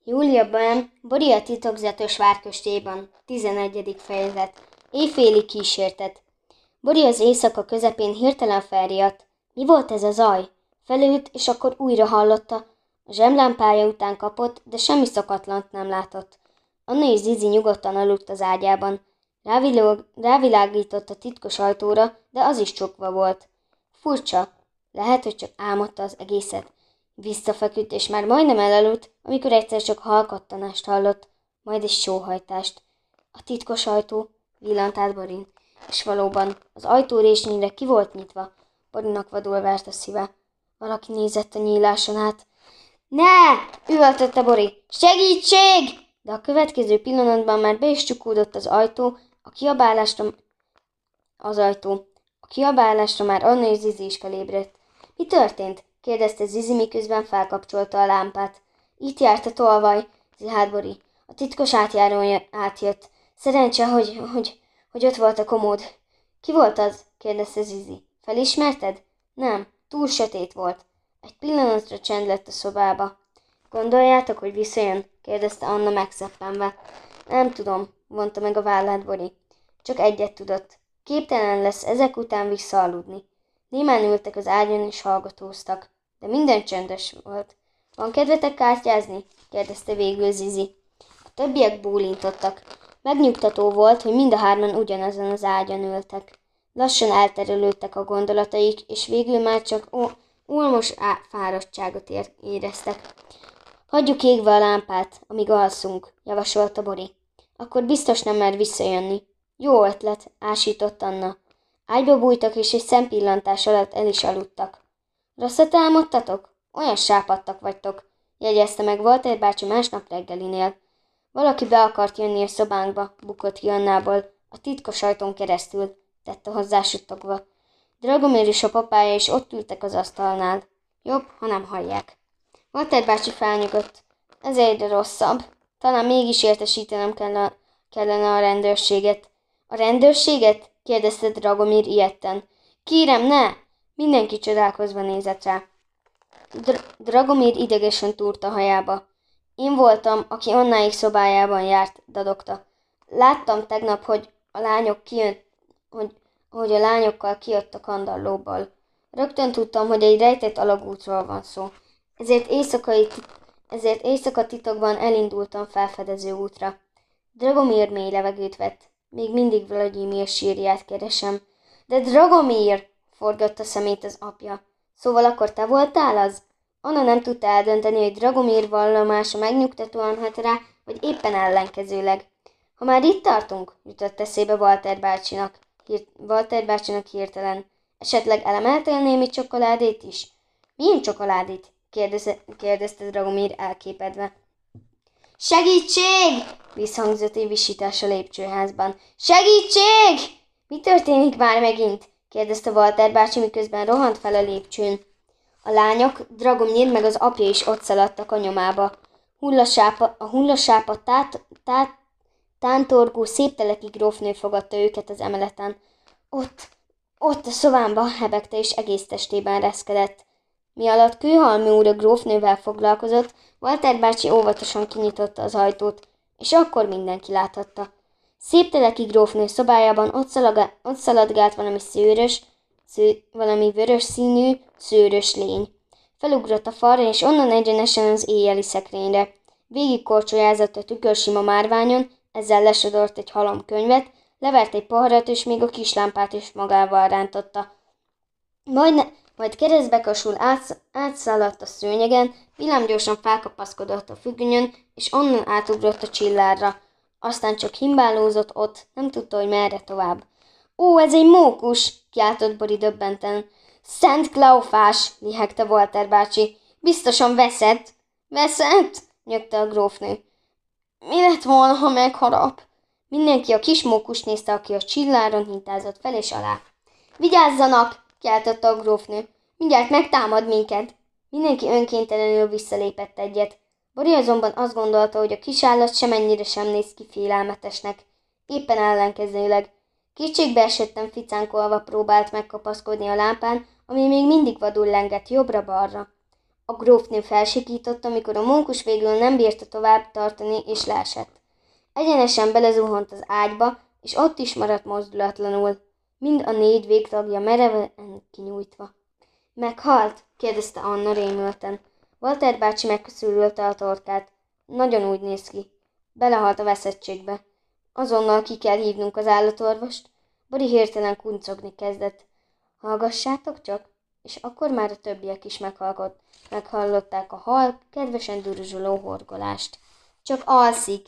Júliában, Bori a titokzatos várkastélyban, 11. fejezet. Éjféli kísértet. Bori az éjszaka közepén hirtelen felriadt. Mi volt ez a zaj? Felült, és akkor újra hallotta. A zsemlámpája után kapott, de semmi szokatlant nem látott. Anna és Zizi nyugodtan aludt az ágyában. Rávilágított a titkos ajtóra, de az is csukva volt. Furcsa. Lehet, hogy csak álmodta az egészet. Visszafeküdt, és már majdnem elaludt, amikor egyszer csak halkattanást hallott, majd egy sóhajtást. A titkos ajtó, villant át Borin, és valóban az ajtó résnyire ki volt nyitva. Borinnak vadul vert a szíve. Valaki nézett a nyíláson át. Ne! Üvöltötte Bori. Segítség! De a következő pillanatban már be is csukódott az ajtó, a kiabálásra már Anna és Zizi is felébredt. Mi történt? Kérdezte Zizi, miközben felkapcsolta a lámpát. Itt járt a tolvaj, zihált Bori. A titkos átjáró átjött. Szerencse, hogy ott volt a komód. Ki volt az? Kérdezte Zizi. Felismerted? Nem, túl sötét volt. Egy pillanatra csend lett a szobába. Gondoljátok, hogy visszajön? Kérdezte Anna megszeppenve. Nem tudom, vonta meg a vállát Bori. Csak egyet tudott. Képtelen lesz ezek után visszaaludni. Némán ültek az ágyon és hallgatóztak, de minden csöndes volt. Van kedvetek kártyázni? Kérdezte végül Zizi. A többiek bólintottak. Megnyugtató volt, hogy mind a hárman ugyanazon az ágyon ültek. Lassan elterelődtek a gondolataik, és végül már csak ulmos fáradtságot éreztek. Hagyjuk égve a lámpát, amíg alszunk, javasolta Bori. Akkor biztos nem mer visszajönni. Jó ötlet, ásított Anna. Ágyba bújtak, és egy szempillantás alatt el is aludtak. Rosszat álmodtatok? Olyan sápadtak vagytok, jegyezte meg Walter bácsi másnap reggelinél. Valaki be akart jönni a szobánkba, bukott ki Annából, a titkos ajtón keresztül, tette hozzá suttogva. Dragomir és a papája is ott ültek az asztalnál. Jobb, ha nem hallják. Walter bácsi felnyugodt. Ez egyre rosszabb. Talán mégis értesítenem kellene a rendőrséget. A rendőrséget? Kérdezte Dragomir ijedten. Kérem, ne! Mindenki csodálkozva nézett rá. Dragomir idegesen túrta hajába. Én voltam, aki Annáik szobájában járt, dadogta. Láttam tegnap, hogy a lányokkal kijött a kandallóból. Rögtön tudtam, hogy egy rejtett alagútról van szó. Ezért éjszaka titokban elindultam felfedező útra. Dragomir mély levegőt vett. Még mindig Vladimir sírját keresem. De Dragomir! Forgatta szemét az apja. Szóval akkor te voltál az? Anna nem tudta eldönteni, hogy Dragomir vallomása megnyugtatóan hat rá, vagy éppen ellenkezőleg. Ha már itt tartunk, jutott eszébe Walter bácsinak hirtelen. Esetleg elemeltél némi csokoládét is? Milyen csokoládét? kérdezte Dragomir elképedve. Segítség! Visszhangzott egy visítás a lépcsőházban. Segítség! Mi történik már megint? kérdezte Walter bácsi, miközben rohant fel a lépcsőn. A lányok, Dragomir meg az apja is ott szaladtak a nyomába. A hullasápa tántorgó szép teleki grófnő fogadta őket az emeleten. Ott a szobámba, hebegte és egész testében reszkedett. Mi alatt Kőhalmi úr a grófnővel foglalkozott, Walter bácsi óvatosan kinyitotta az ajtót, és akkor mindenki láthatta. Szép teleki grófnő szobájában ott szaladgált valami vörös színű, szőrös lény. Felugrott a falra, és onnan egyenesen az éjjeli szekrényre. Végig korcsolyázott a tükörsima márványon, ezzel lesodort egy halomkönyvet, levert egy poharat, és még a kislámpát is magával rántotta. Majd keresztbekasul átszaladt a szőnyegen, villámgyorsan felkapaszkodott a függönyön, és onnan átugrott a csillárra. Aztán csak himbálózott ott, nem tudta, hogy merre tovább. Ó, ez egy mókus! Kiáltott Bori döbbenten. Szent Klaufás! Lihegte Walter bácsi. Biztosan veszett! Veszett? Nyögte a grófnő. Mi lett volna, ha megharap? Mindenki a kis mókust nézte, aki a csilláron hintázott fel és alá. Vigyázzanak! Kiáltotta a grófnő. Mindjárt megtámad minket. Mindenki önkéntelenül visszalépett egyet. Bori azonban azt gondolta, hogy a kis állat semennyire sem néz ki félelmetesnek. Éppen ellenkezőleg. Kétségbe esetten ficánkolva próbált megkapaszkodni a lámpán, ami még mindig vadul lengett jobbra-balra. A grófnő felsikított, amikor a mókus végül nem bírta tovább tartani, és leesett. Egyenesen belezuhant az ágyba, és ott is maradt mozdulatlanul, mind a 4 végtagja mereven kinyújtva. Meghalt? kérdezte Anna rémülten. Walter bácsi megköszörülte a torkát. Nagyon úgy néz ki. Belehalt a veszettségbe. Azonnal ki kell hívnunk az állatorvost. Bori hirtelen kuncogni kezdett. Hallgassátok csak? És akkor már a többiek is meghallották a halk, kedvesen duruzsoló horgolást. Csak alszik,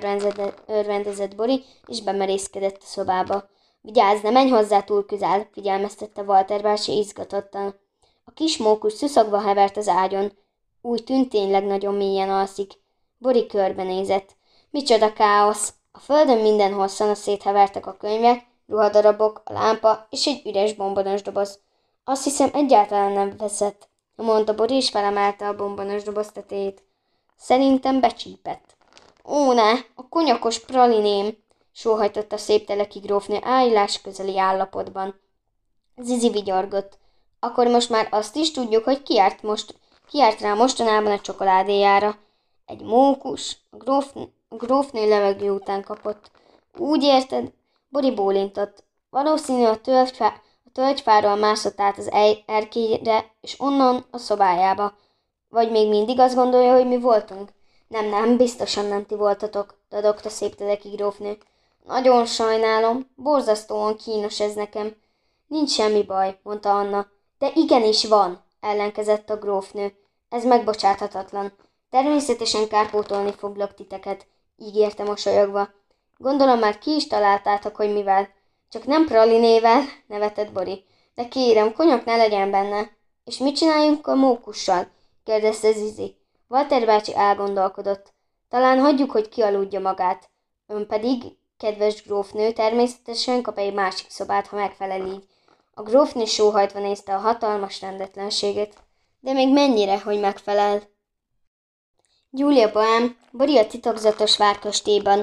örvendezett Bori, és bemerészkedett a szobába. Vigyázz, ne menj hozzá túl közel, figyelmeztette Walter bácsi izgatottan. A kis mókus szuszogva hevert az ágyon. Úgy tűnt, tényleg nagyon mélyen alszik. Bori körbenézett. Micsoda káosz! A földön mindenhol széthevertek a könyvek, ruhadarabok, a lámpa és egy üres bombonos doboz. Azt hiszem, egyáltalán nem veszett, mondta Bori, és felemelte a bombonos doboz tetejét. Szerintem becsípett. Ó, ne, a konyakos praliném, sóhajtott a szép teleki grófnő ájulás közeli állapotban. Zizi vigyorgott. Akkor most már azt is tudjuk, hogy ki járt rá mostanában a csokoládéjára. Egy mókus, a grófnő levegő után kapott. Úgy érted? Bori bólintott. Valószínű a tölgyfáról mászott át az erkélyre, és onnan a szobájába. Vagy még mindig azt gondolja, hogy mi voltunk? Nem, biztosan nem ti voltatok, dadogta szép teleki grófnő. Nagyon sajnálom, borzasztóan kínos ez nekem. Nincs semmi baj, mondta Anna. De igenis van, ellenkezett a grófnő. Ez megbocsáthatatlan. Természetesen kárpótolni foglak titeket, ígérte mosolyogva. Gondolom már ki is találtátok, hogy mivel. Csak nem pralinével, nevetett Bori. De kérem, konyak ne legyen benne. És mit csináljunk a mókussal? kérdezte Zizi. Walter bácsi elgondolkodott. Talán hagyjuk, hogy kialudja magát. Ön pedig, kedves grófnő, természetesen kap egy másik szobát, ha megfelel így. A grófnő sóhajtva nézte a hatalmas rendetlenséget. De még mennyire, hogy megfelel? Gyulia Bohem, Bori a titokzatos várkastélyban,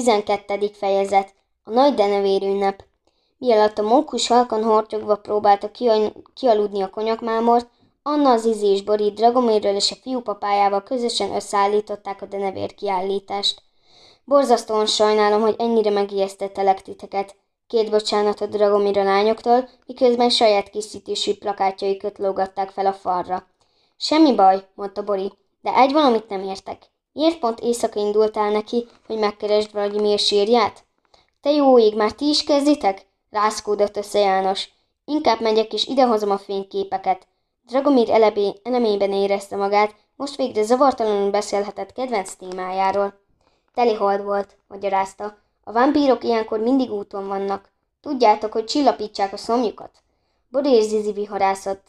12. fejezet, a nagy denevérünnep. Mielőtt a mókus halkan hortyogva próbálta kialudni a konyakmámort, Anna, Zizi és Bori Dragomirről és a fiúpapájával közösen összeállították a denevér kiállítást. Borzasztóan sajnálom, hogy ennyire megijesztettelek titeket. Két bocsánat a Dragomir a lányoktól, miközben saját készítésű plakátjaikat lógatták fel a falra. Semmi baj, mondta Bori, de egy valamit nem értek. Miért pont éjszaka indultál neki, hogy megkeresd Vladimir sírját? Te jó ég, már ti is kezditek? Rázkódott össze János. Inkább megyek és idehozom a fényképeket. Dragomir elemében érezte magát, most végre zavartalanul beszélhetett kedvenc témájáról. Telihold volt, magyarázta. A vámpírok ilyenkor mindig úton vannak. Tudjátok, hogy csillapítsák a szomjukat? Bori és Zizi viharászott.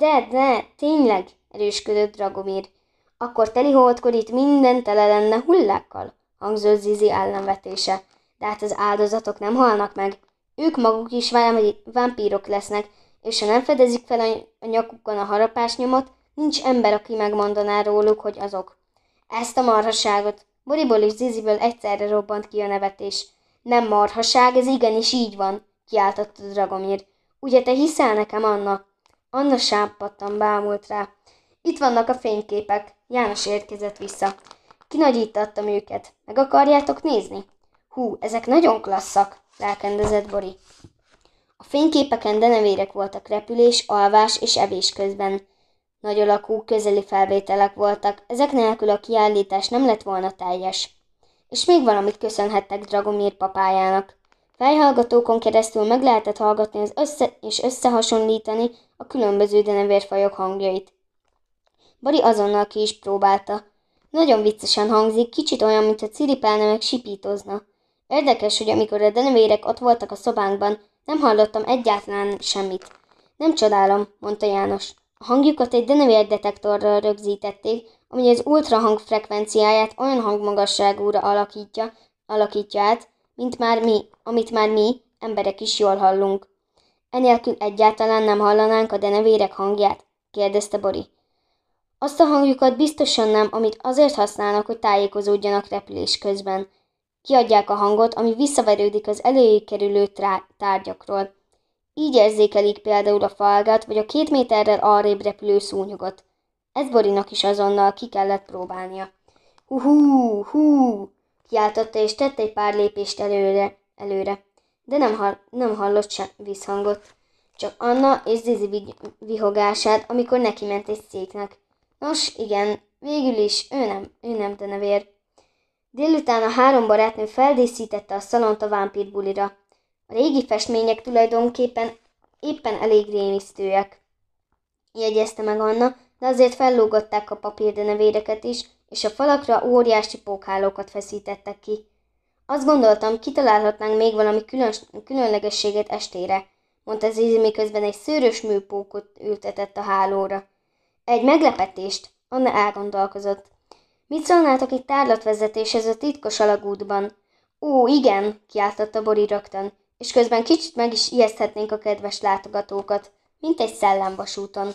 De, tényleg, erősködött Dragomir. Akkor teliholdkor itt minden tele lenne hullákkal, hangzott Zizi ellenvetése. De hát az áldozatok nem halnak meg. Ők maguk is vámpírok lesznek, és ha nem fedezik fel a nyakukon a harapásnyomot, nincs ember, aki megmondaná róluk, hogy azok. Ezt a marhaságot. Boriból és Ziziből egyszerre robbant ki a nevetés. Nem marhaság, ez igenis így van, kiáltott a Dragomir. Ugye te hiszel nekem, Anna? Anna sápadtan bámult rá. Itt vannak a fényképek. János érkezett vissza. Kinagyítattam őket. Meg akarjátok nézni? Hú, ezek nagyon klasszak, lelkendezett Bori. A fényképeken denevérek voltak repülés, alvás és evés közben. Nagy alakú, közeli felvételek voltak, ezek nélkül a kiállítás nem lett volna teljes. És még valamit köszönhettek Dragomir papájának. Fejhallgatókon keresztül meg lehetett hallgatni és összehasonlítani a különböző denevérfajok hangjait. Bori azonnal ki is próbálta. Nagyon viccesen hangzik, kicsit olyan, mintha ciripelne meg sipítozna. Érdekes, hogy amikor a denevérek ott voltak a szobánkban, nem hallottam egyáltalán semmit. Nem csodálom, mondta János. A hangjukat egy denevérdetektorral rögzítették, ami az ultrahang frekvenciáját olyan hangmagasságúra alakítja át, amit már mi, emberek is jól hallunk. Enélkül egyáltalán nem hallanánk a denevérek hangját? kérdezte Bori. Azt a hangjukat biztosan nem, amit azért használnak, hogy tájékozódjanak repülés közben. Kiadják a hangot, ami visszaverődik az előjük kerülő tárgyakról. Így érzékelik például a falgat, vagy a 2 méterrel arrébb repülő szúnyogot. Ez Borinak is azonnal ki kellett próbálnia. Hú, kiáltotta, és tett egy pár lépést előre. De nem hallott sem visszhangot. Csak Anna és Zizi vihogását, amikor neki ment egy széknek. Nos, igen, végül is ő nem denevér. Délután a 3 barátnő feldíszítette a szalont a vámpírbulira. A régi festmények tulajdonképpen éppen elég rémisztőek, jegyezte meg Anna, de azért fellógatták a papírdenevéreket is, és a falakra óriási pókhálókat feszítettek ki. Azt gondoltam, kitalálhatnánk még valami különlegességet estére, mondta Zizi, miközben egy szőrös műpókot ültetett a hálóra. Egy meglepetést, Anna elgondolkozott. Mit szólnátok egy tárlatvezetéshez a titkos alagútban? Ó, igen, kiáltotta Bori rögtön, és közben kicsit meg is ijeszthetnénk a kedves látogatókat, mint egy szellemvasúton.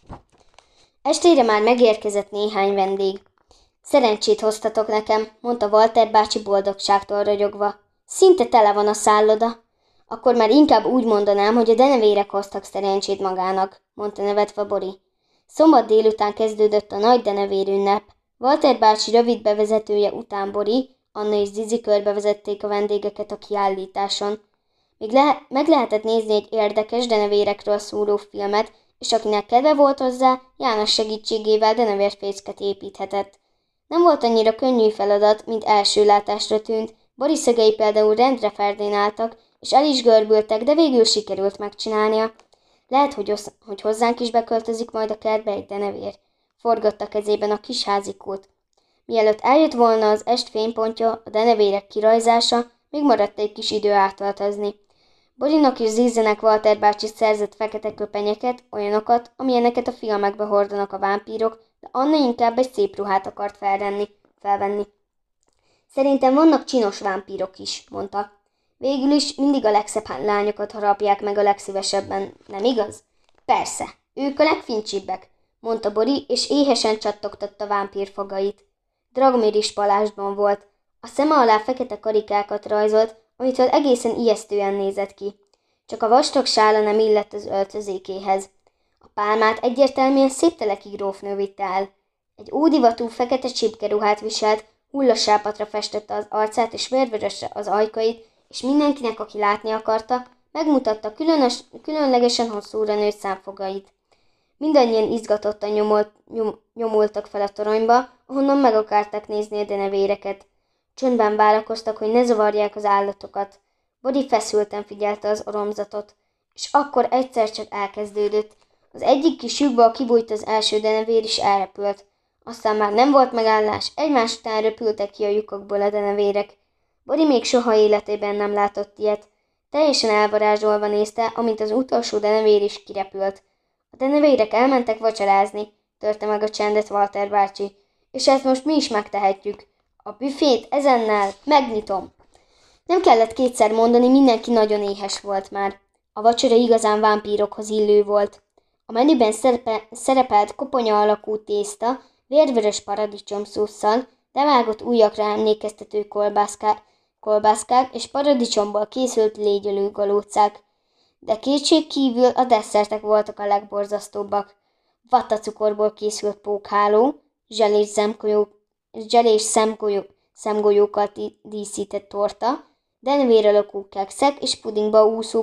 Estére már megérkezett néhány vendég. Szerencsét hoztatok nekem, mondta Walter bácsi boldogságtól ragyogva. Szinte tele van a szálloda. Akkor már inkább úgy mondanám, hogy a denevérek hoztak szerencsét magának, mondta nevetve Bori. Szombat délután kezdődött a nagy denevérünnep. Walter bácsi rövid bevezetője után Bori, Anna és Zizi körbevezették a vendégeket a kiállításon. Még meg lehetett nézni egy érdekes denevérekről szóló filmet, és akinek kedve volt hozzá, János segítségével denevérfészket építhetett. Nem volt annyira könnyű feladat, mint első látásra tűnt, Bori szögei például rendre ferdén és el is görbültek, de végül sikerült megcsinálnia. Lehet, hogy hozzánk is beköltözik majd a kertbe egy denevér. Forgatta kezében a kis házikót. Mielőtt eljött volna az est fénypontja, a denevérek kirajzása, még maradt egy kis idő átöltözni. Borinak és Zizinek Walter bácsi szerzett fekete köpenyeket, olyanokat, amilyeneket a filmekbe hordanak a vámpírok, de Anna inkább egy szép ruhát akart felvenni. Szerintem vannak csinos vámpírok is, mondta. Végül is mindig a legszebb lányokat harapják meg a legszívesebben, nem igaz? Persze, ők a legfincsibbek, mondta Bori, és éhesen csattogtatta vámpír fogait. Dragomir is palásban volt. A szeme alá fekete karikákat rajzolt, amitől egészen ijesztően nézett ki. Csak a vastag sála nem illett az öltözékéhez. A pálmát egyértelműen szép teleki grófnő vitte el. Egy ódivatú fekete csipkeruhát viselt, hullasápatra festette az arcát és vérvörösre az ajkait, és mindenkinek, aki látni akarta, megmutatta különlegesen hosszúra nőtt számfogait. Mindannyian izgatottan nyomultak fel a toronyba, ahonnan meg akarták nézni a denevéreket. Csöndben várakoztak, hogy ne zavarják az állatokat. Bori feszülten figyelte az oromzatot, és akkor egyszer csak elkezdődött. Az egyik kis lyukból kibújt az első denevér, és elrepült. Aztán már nem volt megállás, egymás után röpültek ki a lyukakból a denevérek. Bori még soha életében nem látott ilyet. Teljesen elvarázsolva nézte, amint az utolsó denevér is kirepült. A denevérek elmentek vacsorázni, törte meg a csendet Walter bácsi, és ezt most mi is megtehetjük. A büfét ezennel megnyitom. Nem kellett kétszer mondani, mindenki nagyon éhes volt már. A vacsora igazán vámpírokhoz illő volt. A menüben szerepelt koponya alakú tészta, vérvörös paradicsomszósszal, devágott ujjakra emlékeztető kolbászkák és paradicsomból készült légyölő galócák. De kétség kívül a desszertek voltak a legborzasztóbbak. Vattacukorból készült pókháló, zselés szemgolyókkal díszített torta, denevér alakú kekszek és pudingba úszó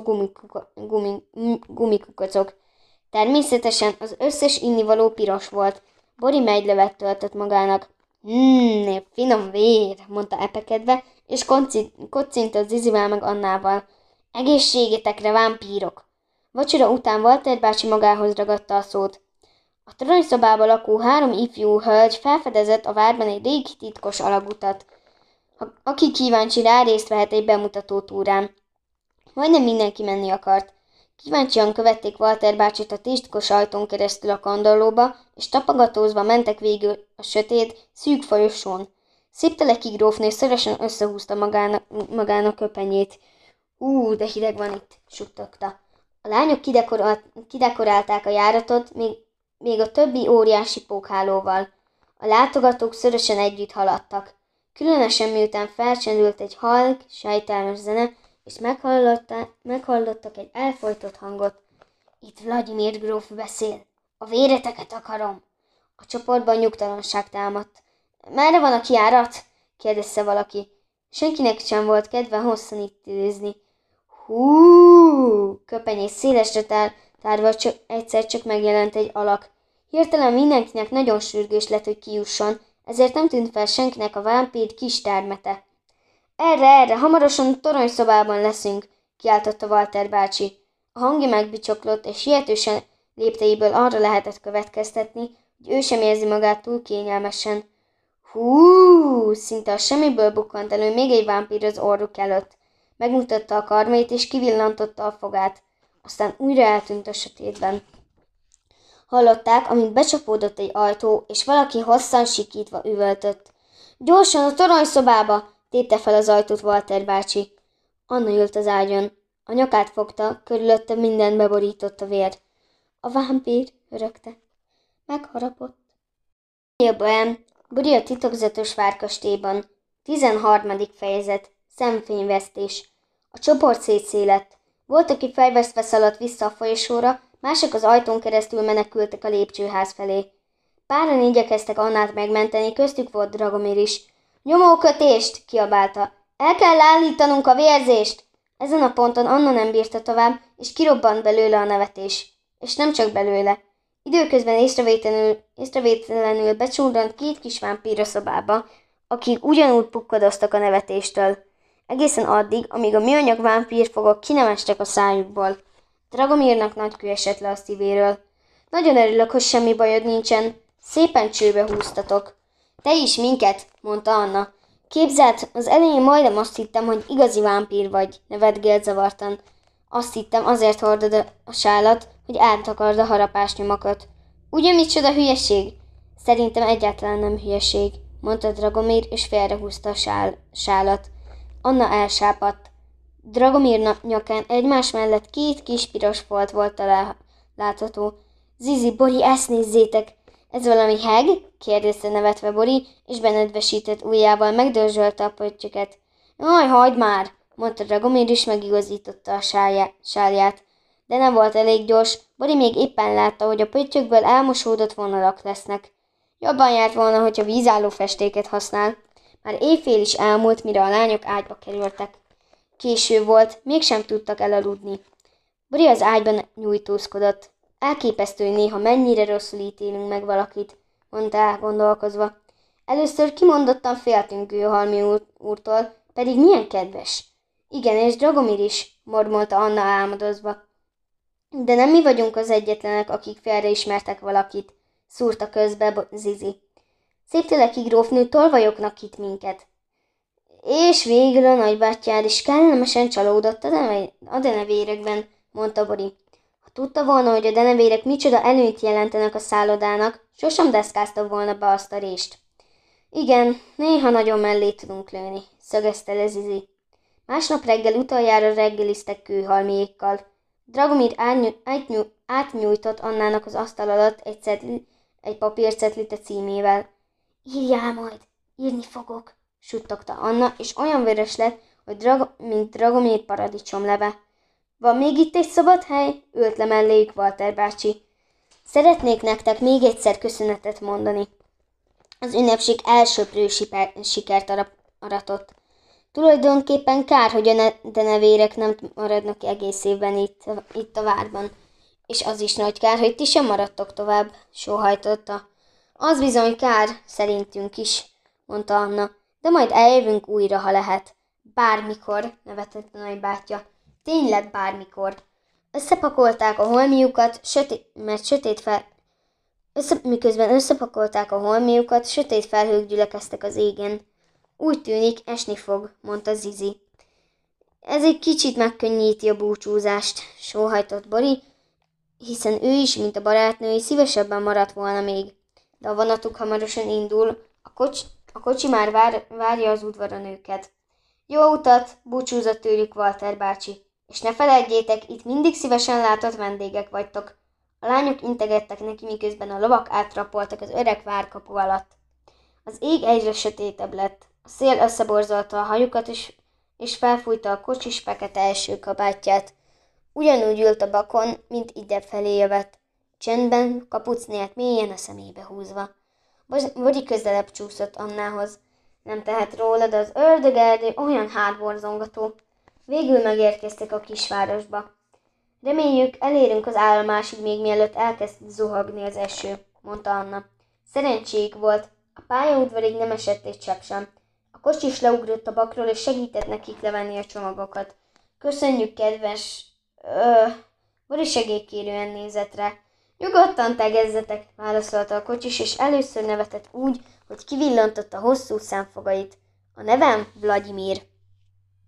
gumikukacok. Természetesen az összes innivaló piros volt. Bori megylevet töltött magának. Finom vér, mondta epekedve, és kocintott Zizivel meg Annával. Egészségetekre, vámpírok! Vacsora után Walter bácsi magához ragadta a szót. A toronyszobában lakó 3 ifjú hölgy felfedezett a várban egy régi titkos alagutat. Aki kíváncsi rá, részt vehet egy bemutató túrán. Majdnem mindenki menni akart. Kíváncsian követték Walter bácsit a titkos ajtón keresztül a kandallóba, és tapogatózva mentek végül a sötét, szűk folyosón. Szép teleki grófnő szorosan összehúzta magának köpenyét. De hideg van itt, suttogta. A lányok kidekorálták a járatot, még a többi óriási pókhálóval. A látogatók szorosan együtt haladtak. Különösen miután felcsendült egy halk, sejtelmes zene, és meghallottak egy elfojtott hangot. Itt Vladimir gróf beszél. A véreteket akarom. A A csoportban nyugtalanság támadt. Merre van a kijárat? kérdezte valaki. Senkinek sem volt kedve hosszan itt idézni. Hú! Köpenyés szélesre tárva egyszer csak megjelent egy alak. Hirtelen mindenkinek nagyon sürgős lett, hogy kijusson, ezért nem tűnt fel senkinek a vámpír kis termete. Erre, hamarosan a toronyszobában leszünk, kiáltotta Walter bácsi. A hangja megbicsoklott, és sietősen lépteiből arra lehetett következtetni, hogy ő sem érzi magát túl kényelmesen. Hú! Szinte a semmiből bukkant elő még egy vámpír az orruk előtt. Megmutatta a karmait, és kivillantotta a fogát. Aztán újra eltűnt a sötétben. Hallották, amint becsapódott egy ajtó, és valaki hosszan sikítva üvöltött. Gyorsan a toronyszobába! Tépte fel az ajtót Walter bácsi. Anna ült az ágyon. A nyakát fogta, körülötte mindent beborított a vér. A vámpír, rögte. Megharapott. Buri a titokzatos várkastélyban. 13. fejezet. Szemfényvesztés. A csoport szétszélett. Volt, aki fejvesztve szaladt vissza a folyosóra, mások az ajtón keresztül menekültek a lépcsőház felé. Páran igyekeztek Annát megmenteni, köztük volt Dragomir is. Nyomókötést! Kiabálta. El kell állítanunk a vérzést! Ezen a ponton Anna nem bírta tovább, és kirobbant belőle a nevetés. És nem csak belőle. Időközben észrevétlenül becsúrrant két kis vámpír a szobába, akik ugyanúgy pukkadoztak a nevetéstől. Egészen addig, amíg a műanyag vámpírfogok ki nem estek a szájukból. Dragomirnak nagy kő esett le a szívéről. Nagyon örülök, hogy semmi bajod nincsen. Szépen csőbe húztatok. Te is minket, mondta Anna. Képzeld, az elején majdnem azt hittem, hogy igazi vámpír vagy, nevetgélt zavartan. Azt hittem, azért hordod a sálat, hogy eltakard a harapás nyomokat. Ugye micsoda hülyeség? Szerintem egyáltalán nem hülyeség, mondta Dragomir, és félrehúzta a sálat. Anna elsápadt. Dragomir nyakán egymás mellett két kis piros folt volt látható. Zizi, Bori, ezt nézzétek! Ez valami heg? kérdezte nevetve Bori, és benedvesített ujjával megdörzsölte a pöttyöket. Jaj, hagyd már! Mondta Dragomir, és megigazította a sálját. De nem volt elég gyors, Bori még éppen látta, hogy a pöttyökből elmosódott vonalak lesznek. Jobban járt volna, hogyha vízálló festéket használ. Már éjfél is elmúlt, mire a lányok ágyba kerültek. Késő volt, mégsem tudtak elaludni. Bori az ágyban nyújtózkodott. Elképesztő, hogy néha mennyire rosszul ítélünk meg valakit, mondta elgondolkozva. Először kimondottan féltünk Kőhalmi úrtól, pedig milyen kedves. Igen, és Dragomir is, mormolta Anna álmodozva. De nem mi vagyunk az egyetlenek, akik félreismertek valakit, szúrta közbe Zizi. Szépteleki grófnő tolvajoknak hitt minket. És végül a nagybátyjád is kellemesen csalódott a denevérekben, mondta Bori. Ha tudta volna, hogy a denevérek micsoda előnyt jelentenek a szállodának, sosem deszkázta volna be azt a rést. Igen, néha nagyon mellé tudunk lőni, szögezte le Zizi. Másnap reggel utoljára reggeliztek Kőhalmiékkal. Dragomir átnyújtott Annának az asztal alatt egy papírcetlit a címével. Írjál majd, írni fogok, suttogta Anna, és olyan vörös lett, mint Dragomir paradicsomleve. Van még itt egy szabad hely? Ült le melléjük Walter bácsi. Szeretnék nektek még egyszer köszönetet mondani. Az ünnepség elsöprő sikert aratott. Tulajdonképpen kár, hogy a denevérek nem maradnak egész évben itt a várban. És az is nagy kár, hogy ti sem maradtok tovább, sóhajtotta. Az bizony kár, szerintünk is, mondta Anna, de majd eljövünk újra, ha lehet. Bármikor, nevetett a nagybátyja. Tényleg bármikor. Összepakolták a holmiukat, miközben összepakolták a holmiukat, sötét felhők gyülekeztek az égen. Úgy tűnik, esni fog, mondta Zizi. Ez egy kicsit megkönnyíti a búcsúzást, sóhajtott Bori, hiszen ő is, mint a barátnői, szívesebben maradt volna még. De a vonatuk hamarosan indul, a kocsi már várja az udvaron őket. Jó utat, búcsúzott tőlük Walter bácsi. És ne feledjétek, itt mindig szívesen látott vendégek vagytok. A lányok integettek neki, miközben a lovak átrapoltak az öreg várkapu alatt. Az ég egyre sötétebb lett. A szél összeborzolta a hajukat, és felfújta a kocsis fekete első kabátját. Ugyanúgy ült a bakon, mint idefelé jövett. Csendben, kapucniát mélyen a szemébe húzva. Bori közelebb csúszott Annához. Nem tehet róla, de az ördögerdő olyan hátborzongató. Végül megérkeztek a kisvárosba. Reméljük, elérünk az állomásig, még mielőtt elkezd zuhagni az eső, mondta Anna. Szerencséjük volt. A pályaudvarig nem esett egy csepp sem. A kocsis leugrott a bakról, és segített nekik levenni a csomagokat. Köszönjük, kedves... Bori segélykérően nézett rá. Nyugodtan tegezzetek, válaszolta a kocsis, és először nevetett úgy, hogy kivillantotta hosszú szemfogait. A nevem Vladimir.